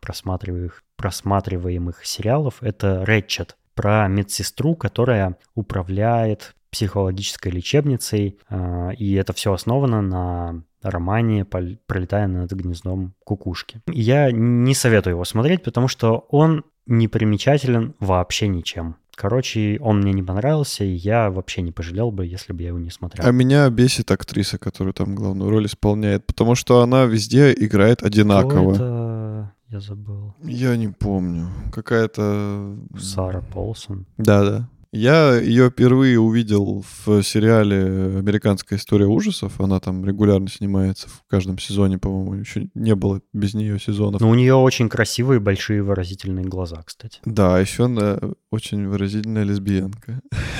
просматриваемых сериалов — это Ratched, про медсестру, которая управляет психологической лечебницей, и это все основано на романе «Пролетая над гнездом кукушки». Я не советую его смотреть, потому что он не примечателен вообще ничем. Короче, он мне не понравился, и я вообще не пожалел бы, если бы я его не смотрел. А меня бесит актриса, которая там главную роль исполняет, потому что она везде играет одинаково. Кто это? Я забыл. Я не помню. Какая-то... Сара Полсон. Да. Я ее впервые увидел в сериале «Американская история ужасов». Она там регулярно снимается в каждом сезоне, по-моему. Еще не было без нее сезонов. Но у нее очень красивые, большие, выразительные глаза, кстати. Да, еще она очень выразительная лесбиянка.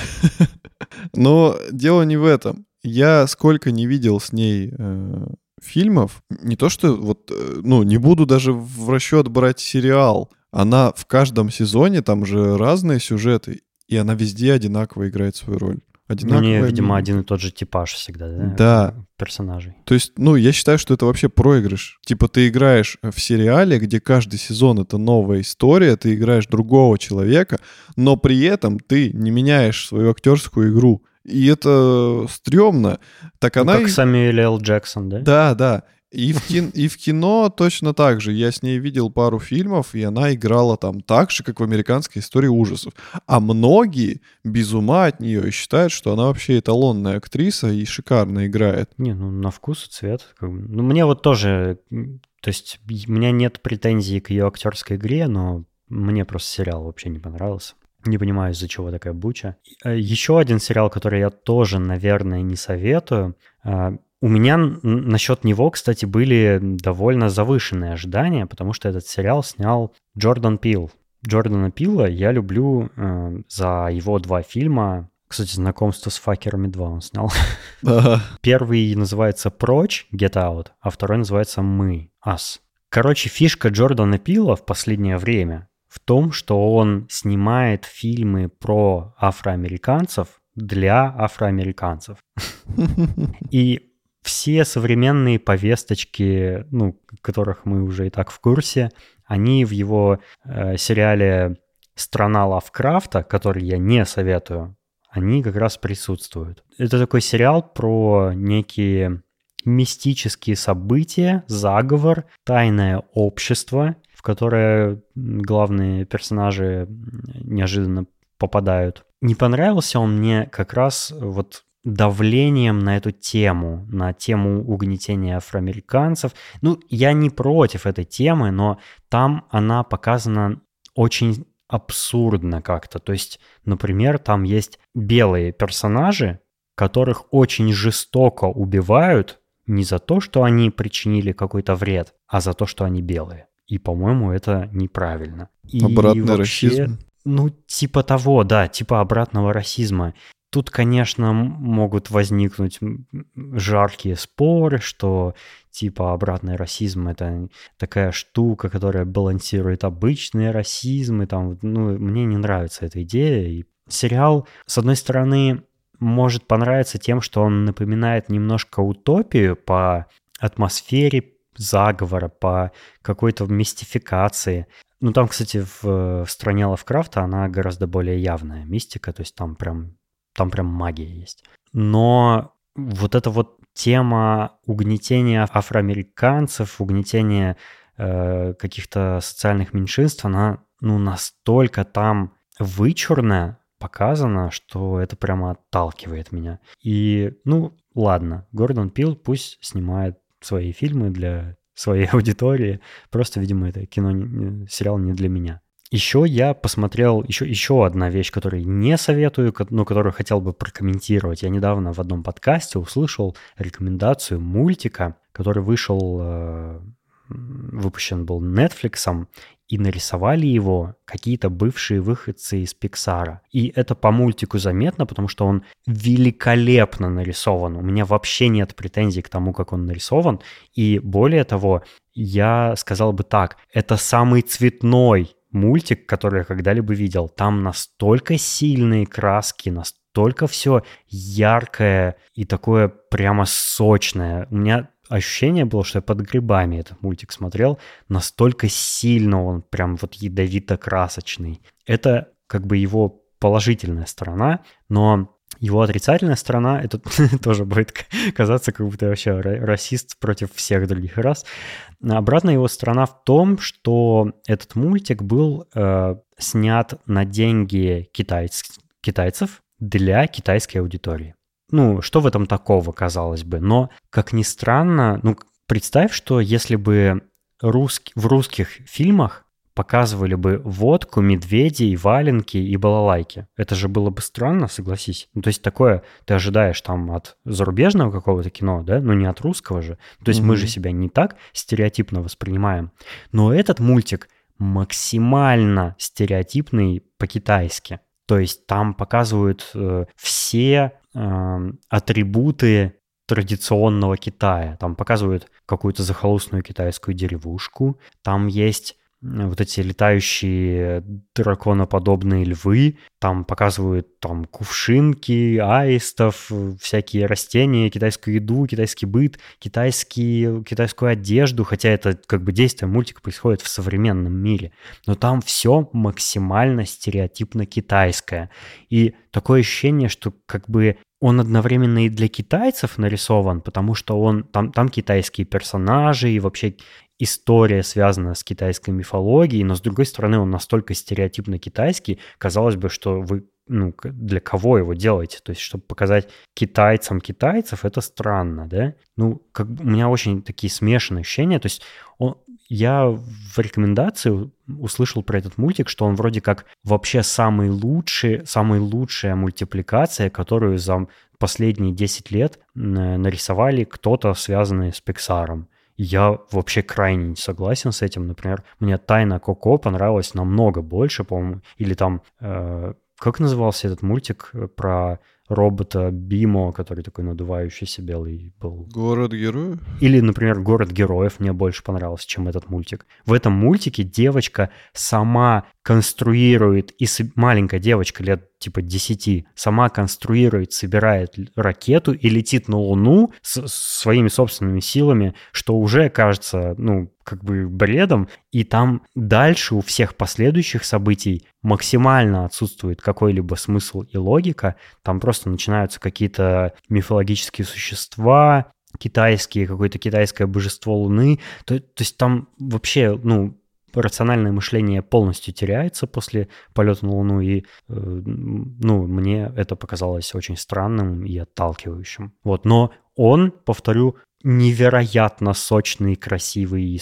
Но дело не в этом. Я сколько не видел с ней фильмов, не то что вот, не буду даже в расчет брать сериал. Она в каждом сезоне, там же разные сюжеты, и она везде одинаково играет свою роль. У нее, видимо, один и тот же типаж всегда, да? Да. Персонажей. То есть, я считаю, что это вообще проигрыш. Типа ты играешь в сериале, где каждый сезон — это новая история, ты играешь другого человека, но при этом ты не меняешь свою актерскую игру. И это стрёмно. Так она... Как Сэмюэл Л. Джексон, да? Да. И в кино точно так же. Я с ней видел пару фильмов, и она играла там так же, как в «Американской истории ужасов». А многие без ума от нее и считают, что она вообще эталонная актриса и шикарно играет. На вкус и цвет. Мне вот тоже... То есть у меня нет претензий к ее актерской игре, но мне просто сериал вообще не понравился. Не понимаю, из-за чего такая буча. Еще один сериал, который я тоже, наверное, не советую. У меня насчет него, кстати, были довольно завышенные ожидания, потому что этот сериал снял Джордан Пил. Джордана Пила я люблю за его 2 фильма. Кстати, «Знакомство с факерами 2» он снял. Первый называется «Прочь», «Get Out», а второй называется «Мы», «Us». Короче, фишка Джордана Пила в последнее время в том, что он снимает фильмы про афроамериканцев для афроамериканцев. И все современные повесточки, которых мы уже и так в курсе, они в его сериале «Страна Лавкрафта», который я не советую, они как раз присутствуют. Это такой сериал про некие мистические события, заговор, тайное общество, в которое главные персонажи неожиданно попадают. Не понравился он мне как раз вот давлением на эту тему, на тему угнетения афроамериканцев. Я не против этой темы, но там она показана очень абсурдно как-то. То есть, например, там есть белые персонажи, которых очень жестоко убивают не за то, что они причинили какой-то вред, а за то, что они белые. И, по-моему, это неправильно. Обратный расизм. Типа того, да, типа обратного расизма. Тут, конечно, могут возникнуть жаркие споры, что типа обратный расизм — это такая штука, которая балансирует обычный расизм. И там, мне не нравится эта идея. И сериал, с одной стороны, может понравиться тем, что он напоминает немножко утопию по атмосфере заговора, по какой-то мистификации. Там, кстати, в «Стране Лавкрафта» она гораздо более явная мистика, то есть там прям магия есть. Но вот эта вот тема угнетения афроамериканцев, угнетения каких-то социальных меньшинств, она настолько там вычурная, показана, что это прямо отталкивает меня. И, ладно, Гордон Пил пусть снимает свои фильмы для своей аудитории. Просто, видимо, это сериал не для меня. Еще я посмотрел еще одна вещь, которую не советую, но которую хотел бы прокомментировать. Я недавно в одном подкасте услышал рекомендацию мультика, который выпущен был Netflix'ом, и нарисовали его какие-то бывшие выходцы из Пиксара. И это по мультику заметно, потому что он великолепно нарисован. У меня вообще нет претензий к тому, как он нарисован. И более того, я сказал бы так, это самый цветной мультик, который я когда-либо видел. Там настолько сильные краски, настолько все яркое и такое прямо сочное. У меня ощущение было, что я под грибами этот мультик смотрел. Настолько сильно он прям вот ядовито-красочный. Это как бы его положительная сторона, но его отрицательная сторона, это тоже будет казаться, как будто я вообще расист против всех других рас. Обратная его сторона в том, что этот мультик был снят на деньги китайцев для китайской аудитории. Ну, что в этом такого, казалось бы? Но, как ни странно, ну, представь, что если бы в русских фильмах показывали бы водку, медведей, валенки и балалайки. Это же было бы странно, согласись. Ну, то есть такое ты ожидаешь там от зарубежного какого-то кино, да? Ну, не от русского же. То есть мы же себя не так стереотипно воспринимаем. Но этот мультик максимально стереотипный по-китайски. То есть там показывают все атрибуты традиционного Китая. Там показывают какую-то захолустную китайскую деревушку. Там есть вот эти летающие драконоподобные львы, там показывают там кувшинки, аистов, всякие растения, китайскую еду, китайский быт, китайскую одежду, хотя это как бы действие мультика происходит в современном мире. Но там все максимально стереотипно китайское. И такое ощущение, что как бы он одновременно и для китайцев нарисован, потому что там китайские персонажи и вообще история связана с китайской мифологией, но с другой стороны он настолько стереотипно китайский, казалось бы, что вы для кого его делаете? То есть, чтобы показать китайцам китайцев, это странно, да? Ну, как бы у меня очень такие смешанные ощущения. То есть я в рекомендации услышал про этот мультик, что он вроде как вообще самая лучшая мультипликация, которую за последние 10 лет нарисовали кто-то, связанный с Pixar'ом. Я вообще крайне не согласен с этим. Например, мне «Тайна Коко» понравилась намного больше, по-моему. Или там, как назывался этот мультик про робота Бимо, который такой надувающийся белый был? «Город героев»? Или, например, «Город героев» мне больше понравился, чем этот мультик. В этом мультике девочка сама конструирует, маленькая девочка лет типа 10, сама конструирует, собирает ракету и летит на Луну своими собственными силами, что уже кажется, ну, как бы бредом. И там дальше у всех последующих событий максимально отсутствует какой-либо смысл и логика. Там просто начинаются какие-то мифологические существа, какое-то китайское божество Луны. То есть там вообще, ну, рациональное мышление полностью теряется после полета на Луну, и, ну, мне это показалось очень странным и отталкивающим. Вот, но он, повторю, невероятно сочный, красивый и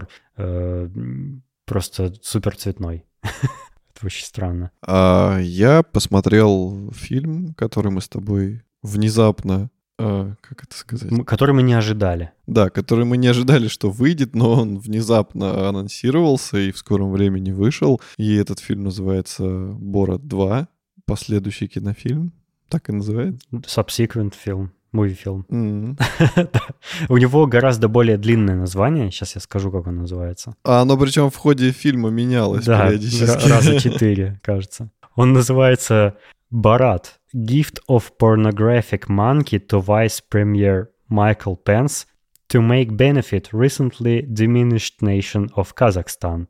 просто супер цветной. Это очень странно. Я посмотрел фильм, который мы с тобой внезапно, как это сказать? Который мы не ожидали. Да, который мы не ожидали, что выйдет, но он внезапно анонсировался и в скором времени вышел. И этот фильм называется «Борат 2», последующий кинофильм, так и называется. Subsequent film. Муви-фильм. У него гораздо более длинное название. Сейчас я скажу, как он называется. Оно причем в ходе фильма менялось периодически. Да, раза 4, кажется. Он называется «Борат. Gift of pornographic monkey to Vice Premier Michael Pence to make benefit recently diminished nation of Kazakhstan».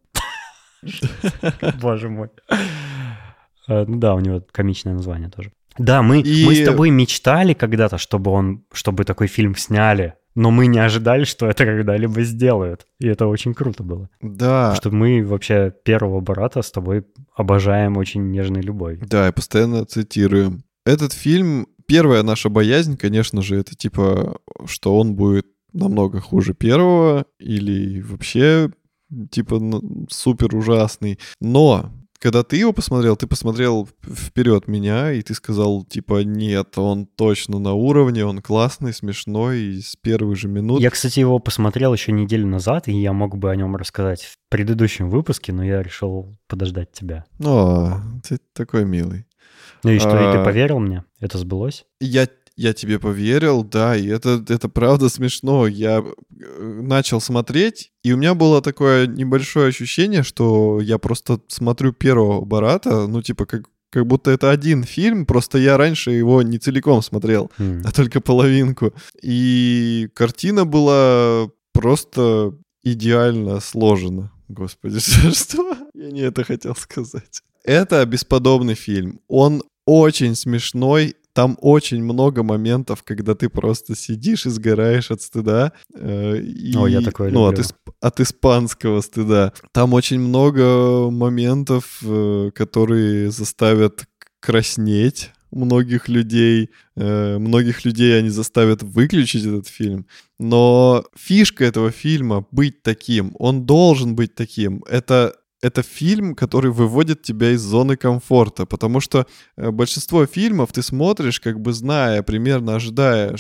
Боже мой. Ну да, у него комичное название тоже. Да, мы с тобой мечтали когда-то, чтобы такой фильм сняли, но мы не ожидали, что это когда-либо сделают. И это очень круто было. Да. Потому что мы вообще первого Бората с тобой обожаем очень нежной любовью. Да, и постоянно цитируем. Этот фильм, первая наша боязнь, конечно же, это типа, что он будет намного хуже первого или вообще типа супер ужасный. Но когда ты его посмотрел, ты посмотрел вперед меня, и ты сказал, типа, нет, он точно на уровне, он классный, смешной, и с первых же минут. Я, кстати, его посмотрел еще неделю назад, и я мог бы о нем рассказать в предыдущем выпуске, но я решил подождать тебя. О, ты такой милый. Ну и что, и ты поверил мне? Это сбылось? Я тебе поверил, да, и это правда смешно. Я начал смотреть, и у меня было такое небольшое ощущение, что я просто смотрю первого Бората, ну, типа, как будто это один фильм, просто я раньше его не целиком смотрел, а только половинку. И картина была просто идеально сложена. Господи, что? Я не это хотел сказать. Это бесподобный фильм. Он очень смешной, Там очень много моментов, когда ты просто сидишь и сгораешь от стыда. Я такое люблю. От испанского стыда. Там очень много моментов, которые заставят краснеть многих людей. Многих людей они заставят выключить этот фильм. Но фишка этого фильма — быть таким. Он должен быть таким. Это фильм, который выводит тебя из зоны комфорта, потому что большинство фильмов ты смотришь, как бы зная, примерно ожидая,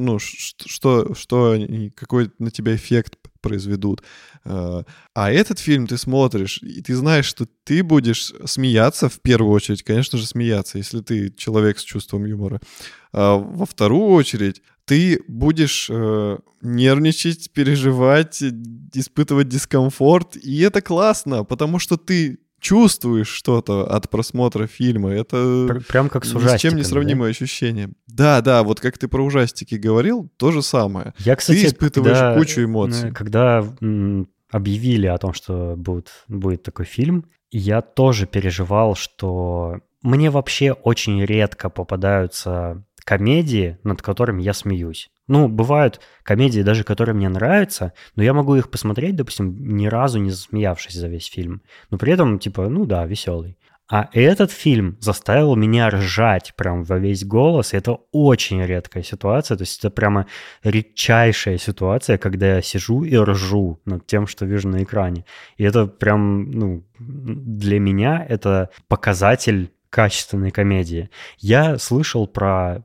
какой на тебя эффект произведут. А этот фильм ты смотришь, и ты знаешь, что ты будешь смеяться в первую очередь, конечно же, смеяться, если ты человек с чувством юмора. А во вторую очередь ты будешь нервничать, переживать, испытывать дискомфорт, и это классно, потому что ты чувствуешь что-то от просмотра фильма. Это прям как с ни с чем не сравнимое ощущение. Да, вот как ты про ужастики говорил, то же самое. Я, кстати, ты испытываешь кучу эмоций. Когда объявили о том, что будет такой фильм, я тоже переживал, что мне вообще очень редко попадаются комедии, над которыми я смеюсь. Бывают комедии, даже которые мне нравятся, но я могу их посмотреть, допустим, ни разу не засмеявшись за весь фильм. Но при этом, веселый. А этот фильм заставил меня ржать прям во весь голос. И это очень редкая ситуация. То есть это прямо редчайшая ситуация, когда я сижу и ржу над тем, что вижу на экране. И это прям, для меня это показатель качественной комедии. Я слышал про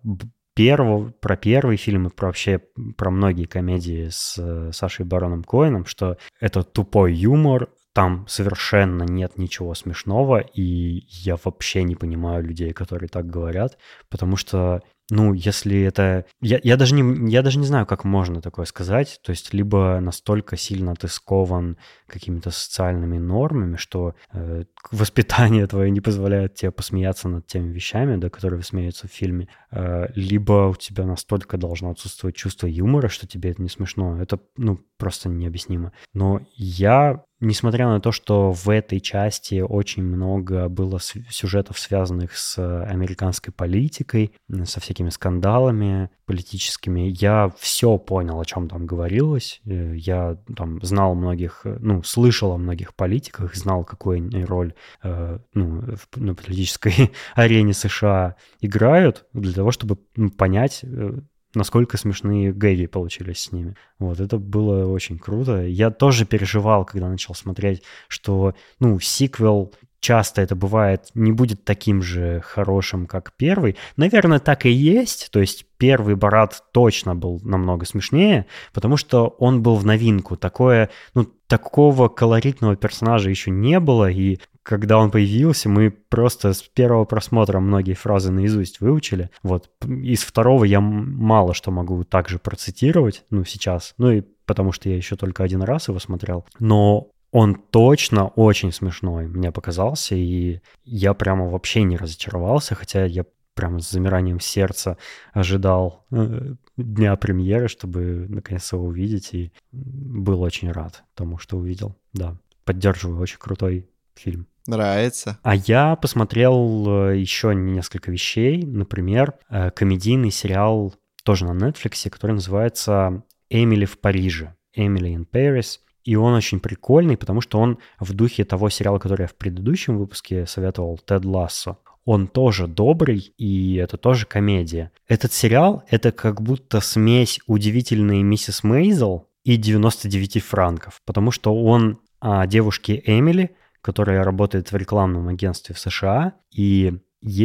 первый фильм и вообще про многие комедии с Сашей Бароном Коэном, что это тупой юмор, там совершенно нет ничего смешного, и я вообще не понимаю людей, которые так говорят, потому что, если это... Я даже не знаю, как можно такое сказать, то есть либо настолько сильно ты скован какими-то социальными нормами, что воспитание твое не позволяет тебе посмеяться над теми вещами, да, которые смеются в фильме, либо у тебя настолько должно отсутствовать чувство юмора, что тебе это не смешно. Это, просто необъяснимо. Но несмотря на то, что в этой части очень много было сюжетов, связанных с американской политикой, со всякими скандалами политическими, я все понял, о чем там говорилось. Я там знал многих, слышал о многих политиках, знал, какую они роль на политической арене США играют, для того, чтобы понять, насколько смешные гэги получились с ними. Вот, это было очень круто. Я тоже переживал, когда начал смотреть, что, сиквел часто это бывает, не будет таким же хорошим, как первый. Наверное, так и есть. То есть первый Борат точно был намного смешнее, потому что он был в новинку. Такого колоритного персонажа еще не было, и когда он появился, мы просто с первого просмотра многие фразы наизусть выучили. Вот. Из второго я мало что могу также процитировать, сейчас. И потому что я еще только один раз его смотрел. Но он точно очень смешной, мне показался, и я прямо вообще не разочаровался, хотя я прямо с замиранием сердца ожидал дня премьеры, чтобы наконец его увидеть, и был очень рад тому, что увидел. Да, поддерживаю, очень крутой фильм. Нравится. А я посмотрел еще несколько вещей, например, комедийный сериал тоже на Netflix, который называется «Эмили в Париже», «Emily in Paris». И он очень прикольный, потому что он в духе того сериала, который я в предыдущем выпуске советовал, «Тед Лассо». Он тоже добрый, и это тоже комедия. Этот сериал — это как будто смесь «Удивительной миссис Мейзел» и «99 франков», потому что он о девушке Эмили, которая работает в рекламном агентстве в США, и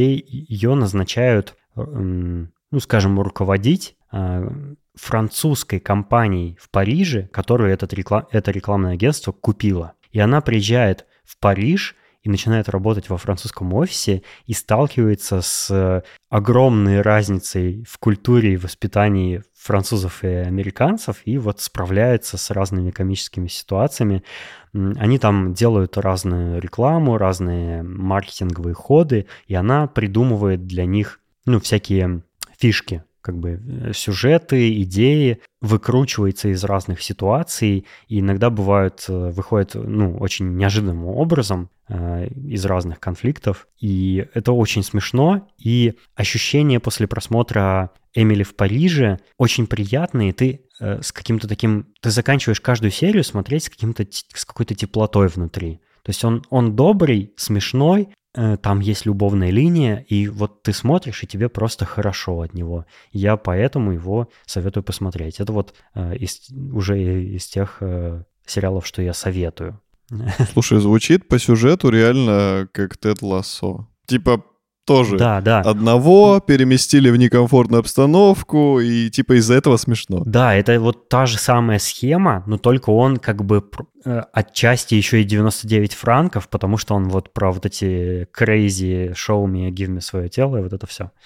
ее назначают, скажем, руководить французской компанией в Париже, которую это рекламное агентство купило. И она приезжает в Париж и начинает работать во французском офисе и сталкивается с огромной разницей в культуре и воспитании французов и американцев, и вот справляется с разными комическими ситуациями. Они там делают разную рекламу, разные маркетинговые ходы, и она придумывает для них, всякие фишки, как бы сюжеты, идеи, выкручивается из разных ситуаций, и иногда выходит, очень неожиданным образом из разных конфликтов, и это очень смешно, и ощущения после просмотра «Эмили в Париже» очень приятные, ты с каким-то таким, ты заканчиваешь каждую серию смотреть с какой-то теплотой внутри. То есть он добрый, смешной, там есть любовная линия, и вот ты смотришь, и тебе просто хорошо от него. Я поэтому его советую посмотреть. Это вот уже из тех сериалов, что я советую. Слушай, звучит по сюжету реально как Тед Лассо. Типа тоже Да. одного переместили в некомфортную обстановку, и типа из-за этого смешно. Да, это вот та же самая схема, но только он как бы отчасти еще и 99 франков, потому что он вот про вот эти crazy show me, give me свое тело, и вот это все.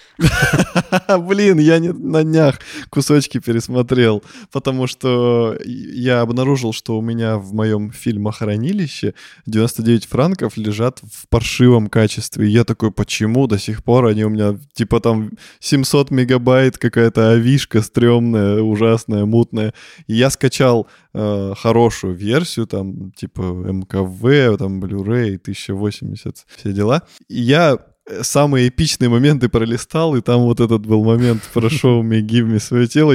Блин, я на днях кусочки пересмотрел, потому что я обнаружил, что у меня в моем фильмохранилище 99 франков лежат в паршивом качестве. И я такой, почему до сих пор они у меня, типа там 700 мегабайт, какая-то авишка стрёмная, ужасная, мутная. И я скачал хорошую версию, там, типа МКВ, там, Blu-ray, 1080, все дела. И я самые эпичные моменты пролистал, и там вот этот был момент про «Show me, give me свое тело».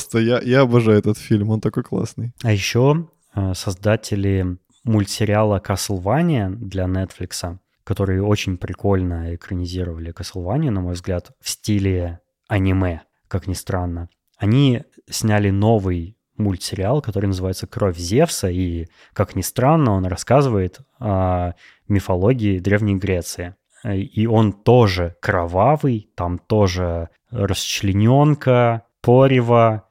Я обожаю этот фильм, он такой классный. А еще создатели мультсериала «Castlevania» для Netflix, которые очень прикольно экранизировали «Castlevania», на мой взгляд, в стиле аниме, как ни странно. Они сняли новый мультсериал, который называется «Кровь Зевса», и, как ни странно, он рассказывает о мифологии Древней Греции. И он тоже кровавый, там тоже расчлененка, порево,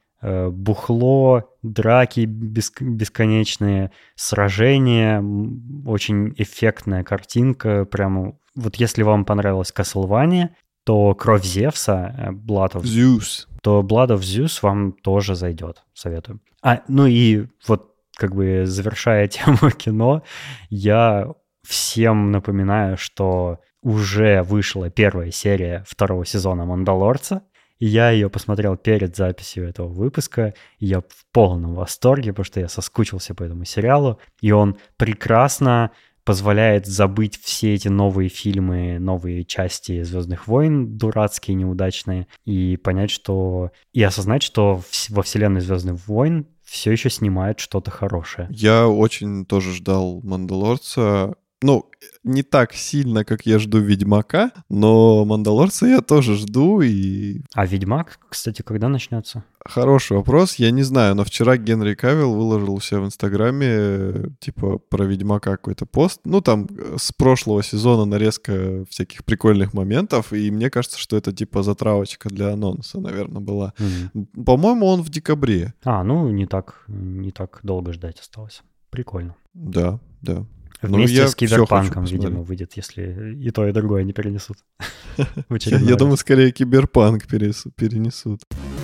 бухло, драки бесконечные, сражения, очень эффектная картинка. Прямо вот если вам понравилась Castlevania, то «Кровь Зевса», Blood of Zeus, то Blood of Zeus вам тоже зайдет, советую. И вот как бы завершая тему кино, я всем напоминаю, что уже вышла первая серия второго сезона «Мандалорца», и я ее посмотрел перед записью этого выпуска, и я в полном восторге, потому что я соскучился по этому сериалу, и он прекрасно позволяет забыть все эти новые фильмы, новые части «Звездных войн», дурацкие, неудачные, и понять, что... И осознать, что во вселенной «Звездных войн» все еще снимают что-то хорошее. Я очень тоже ждал «Мандалорца». Ну, не так сильно, как я жду «Ведьмака», но «Мандалорца» я тоже жду, и... А «Ведьмак», кстати, когда начнется? Хороший вопрос, я не знаю, но вчера Генри Кавилл выложил у себя в Инстаграме, типа, про «Ведьмака» какой-то пост. Ну, там с прошлого сезона нарезка всяких прикольных моментов, и мне кажется, что это, типа, затравочка для анонса, наверное, была. Mm-hmm. По-моему, он в декабре. Не так долго ждать осталось. Прикольно. Да. Вместе с Киберпанком, видимо, выйдет, если и то, и другое не перенесут. Я думаю, скорее Киберпанк перенесут.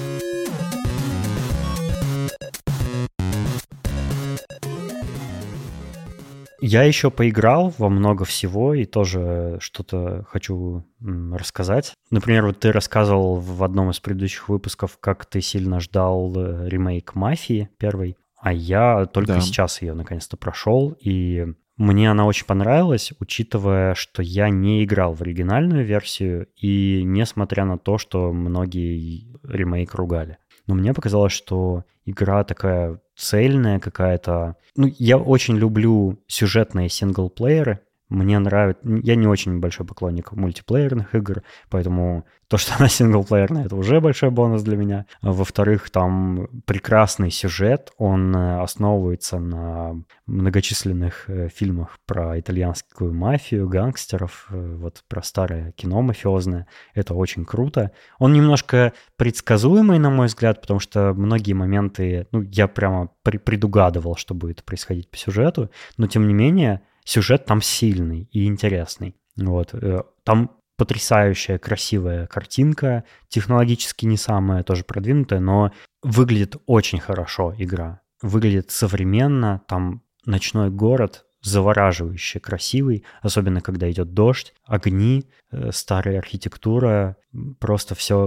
Я еще поиграл во много всего и тоже что-то хочу рассказать. Например, вот ты рассказывал в одном из предыдущих выпусков, как ты сильно ждал ремейк «Мафии» первой, а я только сейчас ее наконец-то прошел, и мне она очень понравилась, учитывая, что я не играл в оригинальную версию, и несмотря на то, что многие ремейк ругали. Но мне показалось, что игра такая цельная какая-то. Я очень люблю сюжетные синглплееры. Мне нравится... Я не очень большой поклонник мультиплеерных игр, поэтому то, что она синглплеерная, это уже большой бонус для меня. Во-вторых, там прекрасный сюжет, он основывается на многочисленных фильмах про итальянскую мафию, гангстеров, вот про старое кино мафиозное. Это очень круто. Он немножко предсказуемый, на мой взгляд, потому что многие моменты, я прямо предугадывал, что будет происходить по сюжету, но тем не менее сюжет там сильный и интересный. Вот. Там потрясающая, красивая картинка, технологически не самая тоже продвинутая, но выглядит очень хорошо игра. Выглядит современно, там ночной город завораживающе красивый, особенно когда идет дождь, огни, старая архитектура, просто все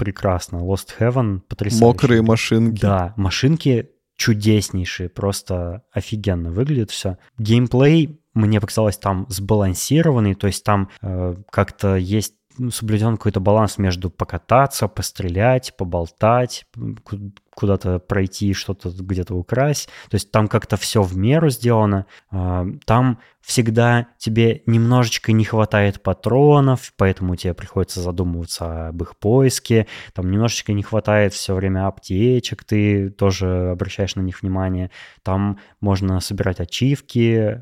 прекрасно. Lost Heaven потрясающе. Мокрые машинки. Да, машинки чудеснейшие, просто офигенно выглядит все. Геймплей, мне показалось, там сбалансированный, то есть там как-то есть соблюден какой-то баланс между покататься, пострелять, поболтать, куда-то пройти, что-то где-то украсть. То есть там как-то все в меру сделано. Там всегда тебе немножечко не хватает патронов, поэтому тебе приходится задумываться об их поиске. Там немножечко не хватает все время аптечек, ты тоже обращаешь на них внимание. Там можно собирать ачивки,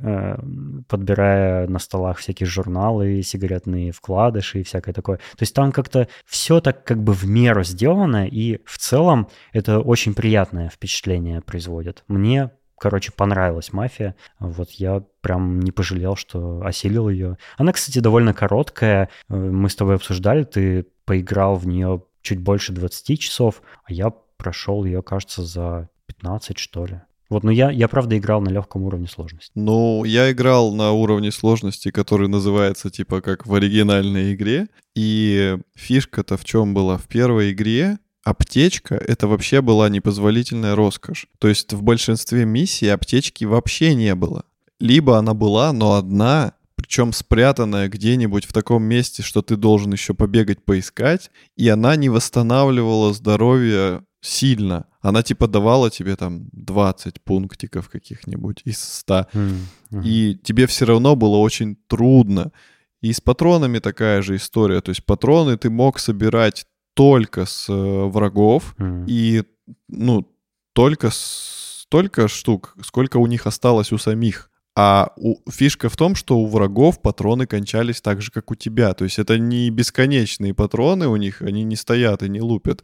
подбирая на столах всякие журналы, сигаретные вкладыши и всякое такое. То есть там как-то все так как бы в меру сделано, и в целом это очень приятное впечатление производит. Мне, короче, понравилась «Мафия». Вот я прям не пожалел, что осилил ее. Она, кстати, довольно короткая. Мы с тобой обсуждали, ты поиграл в нее чуть больше 20 часов, а я прошел ее, кажется, за 15, что ли. Вот, но я правда играл на легком уровне сложности. Ну, я играл на уровне сложности, который называется типа как в оригинальной игре. И фишка-то в чем была? В первой игре аптечка — это вообще была непозволительная роскошь. То есть в большинстве миссий аптечки вообще не было. Либо она была, но одна, причем спрятанная где-нибудь в таком месте, что ты должен еще побегать поискать, и она не восстанавливала здоровье сильно. Она типа давала тебе там 20 пунктиков каких-нибудь из 100. И тебе все равно было очень трудно. И с патронами такая же история. То есть патроны ты мог собирать только с врагов и, ну, только столько штук, сколько у них осталось у самих. А фишка в том, что у врагов патроны кончались так же, как у тебя. То есть это не бесконечные патроны у них, они не стоят и не лупят,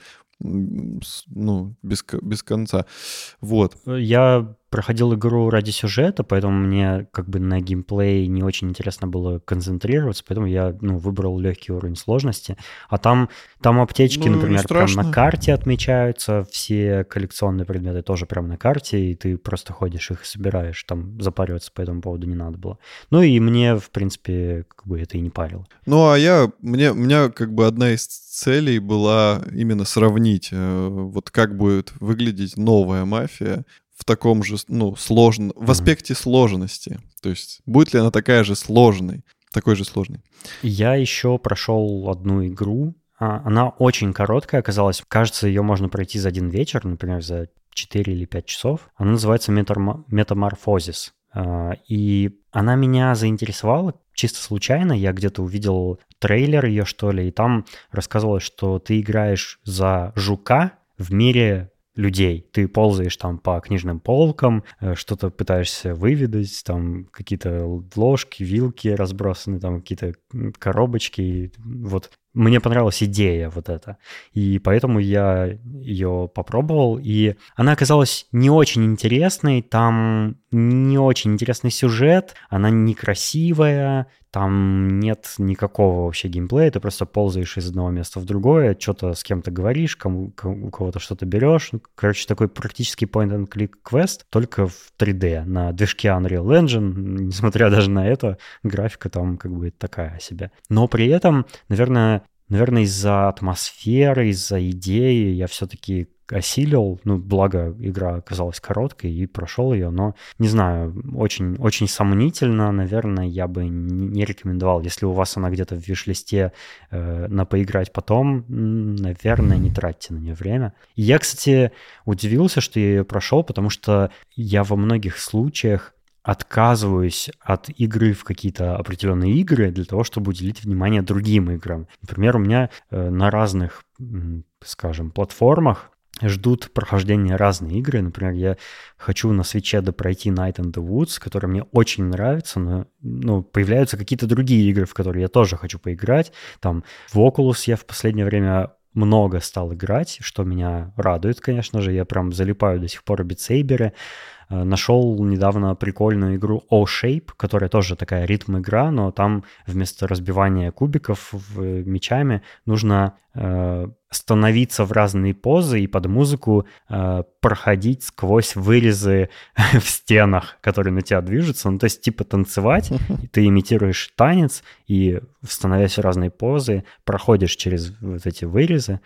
ну, без конца. Вот. Я проходил игру ради сюжета, поэтому мне как бы на геймплей не очень интересно было концентрироваться, поэтому я, выбрал легкий уровень сложности. А там аптечки, например, прям на карте отмечаются, все коллекционные предметы тоже прям на карте, и ты просто ходишь их собираешь, там запариваться по этому поводу не надо было. Ну и мне, в принципе, как бы это и не парило. Ну а у меня как бы одна из целей была именно сравнить, вот как будет выглядеть новая «Мафия» в таком же, сложном, в аспекте сложности. То есть будет ли она такой же сложной? Я еще прошел одну игру. Она очень короткая оказалась. Кажется, ее можно пройти за один вечер, например, за 4 или 5 часов. Она называется «Метаморфозис». И она меня заинтересовала чисто случайно. Я где-то увидел трейлер ее, что ли, и там рассказывалось, что ты играешь за жука в мире людей. Ты ползаешь там по книжным полкам, что-то пытаешься выведать, там какие-то ложки, вилки разбросаны, там какие-то коробочки. Вот. Мне понравилась идея вот эта. И поэтому я ее попробовал. И она оказалась не очень интересной. Там не очень интересный сюжет. Она некрасивая. Там нет никакого вообще геймплея. Ты просто ползаешь из одного места в другое, что-то с кем-то говоришь, у кого-то что-то берешь. Короче, такой практически point-and-click квест, только в 3D на движке Unreal Engine. Несмотря даже на это, графика там как бы такая себе. Но при этом, наверное, из-за атмосферы, из-за идеи я все-таки осилил, благо игра оказалась короткой и прошел ее, но, не знаю, очень, очень сомнительно, наверное, я бы не рекомендовал. Если у вас она где-то в виш-листе на поиграть потом, наверное, не тратьте на нее время. И я, кстати, удивился, что я ее прошел, потому что я во многих случаях отказываюсь от игры в какие-то определенные игры для того, чтобы уделить внимание другим играм. Например, у меня на разных, скажем, платформах ждут прохождения разные игры. Например, я хочу на Switch'е допройти Night in the Woods, который мне очень нравится, но появляются какие-то другие игры, в которые я тоже хочу поиграть. Там в Oculus я в последнее время много стал играть, что меня радует, конечно же. Я прям залипаю до сих пор в Beat Saber'е. Нашел недавно прикольную игру O-Shape, которая тоже такая ритм-игра, но там вместо разбивания кубиков мячами нужно становиться в разные позы и под музыку проходить сквозь вырезы в стенах, которые на тебя движутся. Ну, то есть типа танцевать, ты имитируешь танец и, становясь в разные позы, проходишь через вот эти вырезы.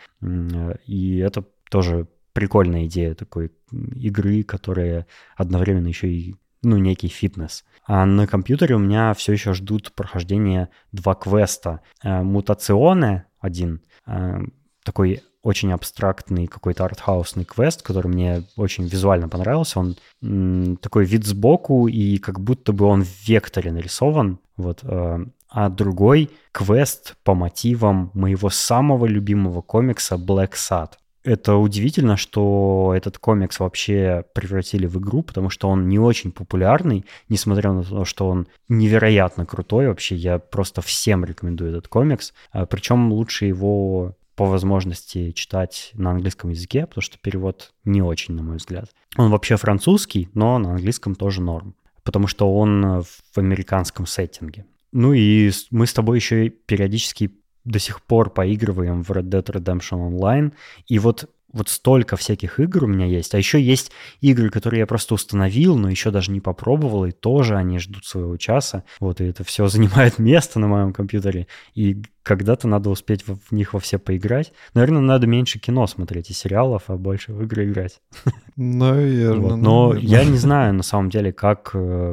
И это тоже прикольная идея такой игры, которая одновременно еще и некий фитнес. А на компьютере у меня все еще ждут прохождения 2 квеста. Мутационе один, такой очень абстрактный какой-то артхаусный квест, который мне очень визуально понравился. Он такой вид сбоку, и как будто бы он в векторе нарисован. Вот. А другой квест по мотивам моего самого любимого комикса Black Sad. Это удивительно, что этот комикс вообще превратили в игру, потому что он не очень популярный, несмотря на то, что он невероятно крутой. Вообще, я просто всем рекомендую этот комикс. Причем лучше его по возможности читать на английском языке, потому что перевод не очень, на мой взгляд. Он вообще французский, но на английском тоже норм, потому что он в американском сеттинге. Ну и мы с тобой еще и периодически до сих пор поигрываем в Red Dead Redemption Online, и вот столько всяких игр у меня есть. А еще есть игры, которые я просто установил, но еще даже не попробовал, и тоже они ждут своего часа. Вот, и это все занимает место на моем компьютере, и когда-то надо успеть в них во все поиграть. Наверное, надо меньше кино смотреть и сериалов, а больше в игры играть. Наверное. Вот. Но я не знаю, на самом деле, как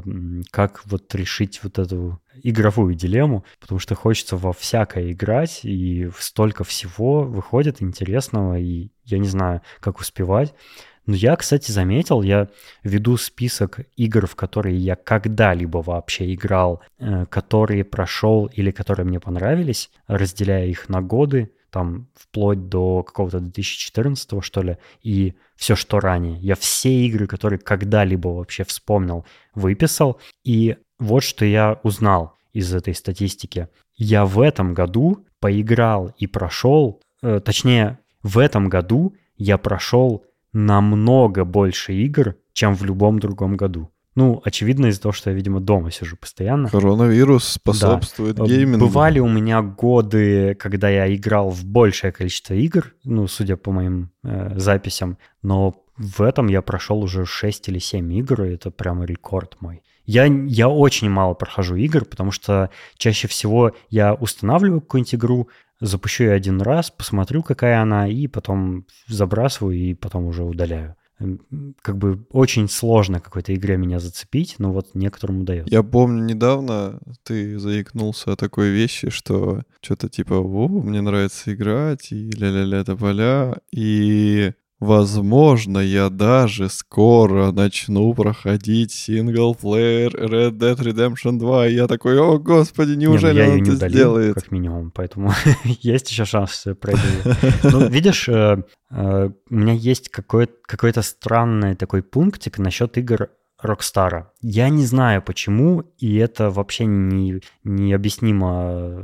вот решить вот эту игровую дилемму, потому что хочется во всякое играть, и столько всего выходит интересного, и я не знаю, как успевать. Но я, кстати, заметил, я веду список игр, в которые я когда-либо вообще играл, которые прошел или которые мне понравились, разделяя их на годы, там, вплоть до какого-то 2014, что ли, и все, что ранее. Я все игры, которые когда-либо вообще вспомнил, выписал, и вот что я узнал из этой статистики. Я в этом году поиграл и прошел, точнее, в этом году я прошел намного больше игр, чем в любом другом году. Ну, очевидно, из-за того, что я, видимо, дома сижу постоянно. Коронавирус способствует геймингу. Бывали у меня годы, когда я играл в большее количество игр, ну, судя по моим записям, но в этом я прошел уже 6 или 7 игр, и это прямо рекорд мой. Я очень мало прохожу игр, потому что чаще всего я устанавливаю какую-нибудь игру, запущу ее один раз, посмотрю, какая она, и потом забрасываю, и потом уже удаляю. Как бы очень сложно какой-то игре меня зацепить, но вот некоторым удается. Я помню, недавно ты заикнулся о такой вещи, что что-то типа мне нравится играть, и ля-ля-ля тополя, и... Возможно, я даже скоро начну проходить синглплеер Red Dead Redemption 2, и я такой, о господи, неужели он это сделает? Как минимум, поэтому есть еще шанс, что я пройду. Ну, видишь, у меня есть какой-то странный такой пунктик насчет игр Rockstar. Я не знаю почему, и это вообще не объяснимо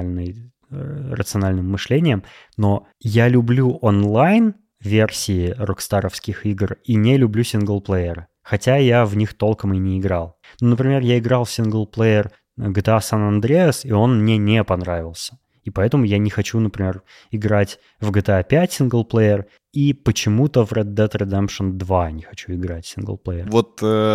рациональным мышлением, но я люблю онлайн версии рокстаровских игр и не люблю синглплееры. Хотя я в них толком и не играл. Ну, например, я играл в синглплеер GTA San Andreas, и он мне не понравился. И поэтому я не хочу, например, играть в GTA 5 синглплеер, и почему-то в Red Dead Redemption 2 не хочу играть в синглплеер. Вот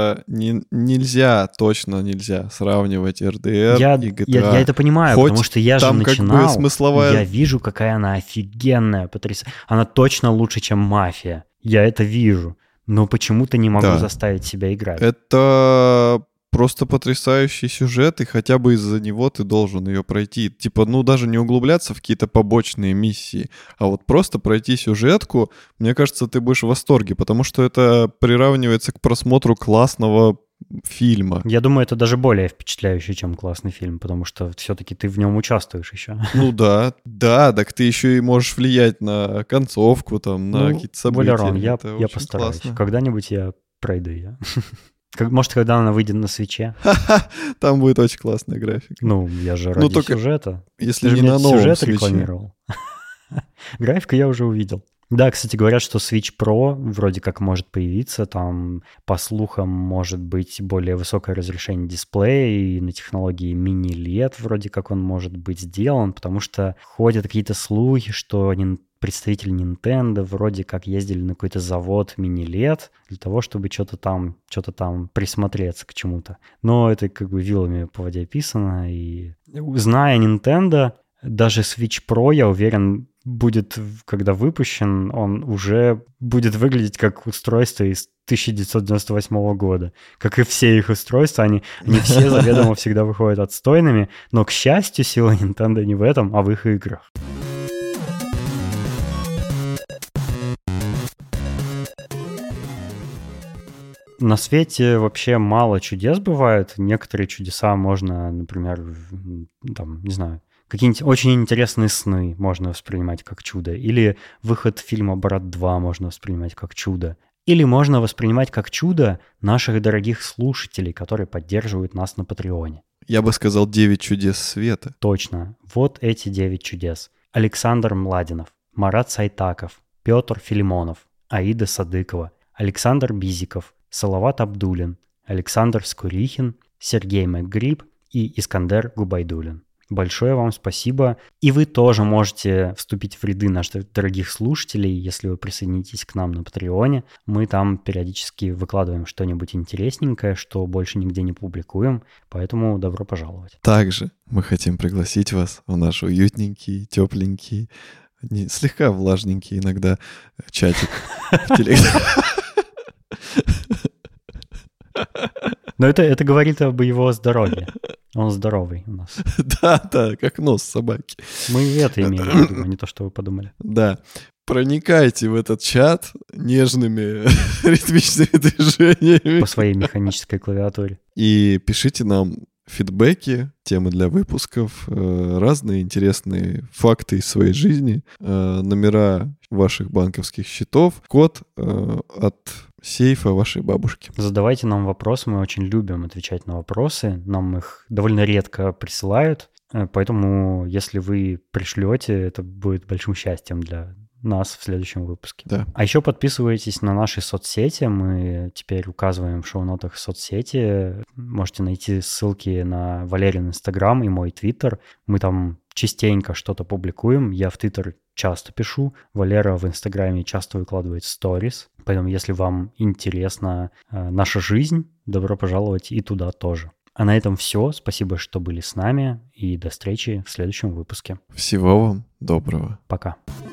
точно нельзя сравнивать RDR и GTA. Я это понимаю, хоть потому что я же начинал, как бы смысловая... я вижу, какая она офигенная, потрясающая. Она точно лучше, чем Мафия. Я это вижу. Но почему-то не могу заставить себя играть. Это просто потрясающий сюжет, и хотя бы из-за него ты должен ее пройти. Типа, даже не углубляться в какие-то побочные миссии, а вот просто пройти сюжетку, мне кажется, ты будешь в восторге, потому что это приравнивается к просмотру классного фильма. Я думаю, это даже более впечатляющий, чем классный фильм, потому что все-таки ты в нем участвуешь еще. Ну да, так ты еще и можешь влиять на концовку, там, на какие-то события. Валерон, я постараюсь. Классно. Когда-нибудь я пройду ее. Может, когда она выйдет на свитче. Там будет очень классная графика. Ну, я же ради сюжета. Если не на новом сюжет свитче. рекламировал. Графику я уже увидел. Да, кстати, говорят, что Switch Pro вроде как может появиться, там, по слухам, может быть более высокое разрешение дисплея, и на технологии мини-LED вроде как он может быть сделан, потому что ходят какие-то слухи, что представители Nintendo вроде как ездили на какой-то завод мини-LED для того, чтобы что-то там присмотреться к чему-то. Но это как бы вилами по воде писано, и зная Nintendo, даже Switch Pro, я уверен, будет, когда выпущен, он уже будет выглядеть как устройство из 1998 года. Как и все их устройства, они все заведомо всегда выходят отстойными, но, к счастью, сила Nintendo не в этом, а в их играх. На свете вообще мало чудес бывает. Некоторые чудеса можно, например, там, не знаю, какие-нибудь очень интересные сны можно воспринимать как чудо. Или выход фильма «Брат 2» можно воспринимать как чудо. Или можно воспринимать как чудо наших дорогих слушателей, которые поддерживают нас на Патреоне. Я бы сказал 9 чудес света. Точно. Вот эти 9 чудес. Александр Младинов, Марат Сайтаков, Петр Филимонов, Аида Садыкова, Александр Бизиков, Салават Абдулин, Александр Скурихин, Сергей МакГриб и Искандер Губайдулин. Большое вам спасибо. И вы тоже можете вступить в ряды наших дорогих слушателей, если вы присоединитесь к нам на Патреоне. Мы там периодически выкладываем что-нибудь интересненькое, что больше нигде не публикуем, поэтому добро пожаловать. Также мы хотим пригласить вас в наш уютненький, тепленький, слегка влажненький иногда чатик в Телеграме. Но это говорит об его здоровье. Он здоровый у нас. Да, как нос собаки. Мы это имеем в виду, не то, что вы подумали. Да. Проникайте в этот чат нежными ритмичными движениями. По своей механической клавиатуре. И пишите нам фидбэки, темы для выпусков, разные интересные факты из своей жизни, номера ваших банковских счетов, код от сейфа вашей бабушки. Задавайте нам вопросы, мы очень любим отвечать на вопросы, нам их довольно редко присылают, поэтому если вы пришлете, это будет большим счастьем для нас в следующем выпуске. Да. А еще подписывайтесь на наши соцсети. Мы теперь указываем в шоу-нотах соцсети. Можете найти ссылки на Валерин Инстаграм и мой Твиттер. Мы там частенько что-то публикуем. Я в Твиттер часто пишу. Валера в Инстаграме часто выкладывает сторис. Поэтому, если вам интересна наша жизнь, добро пожаловать и туда тоже. А на этом все. Спасибо, что были с нами. И до встречи в следующем выпуске. Всего вам доброго. Пока.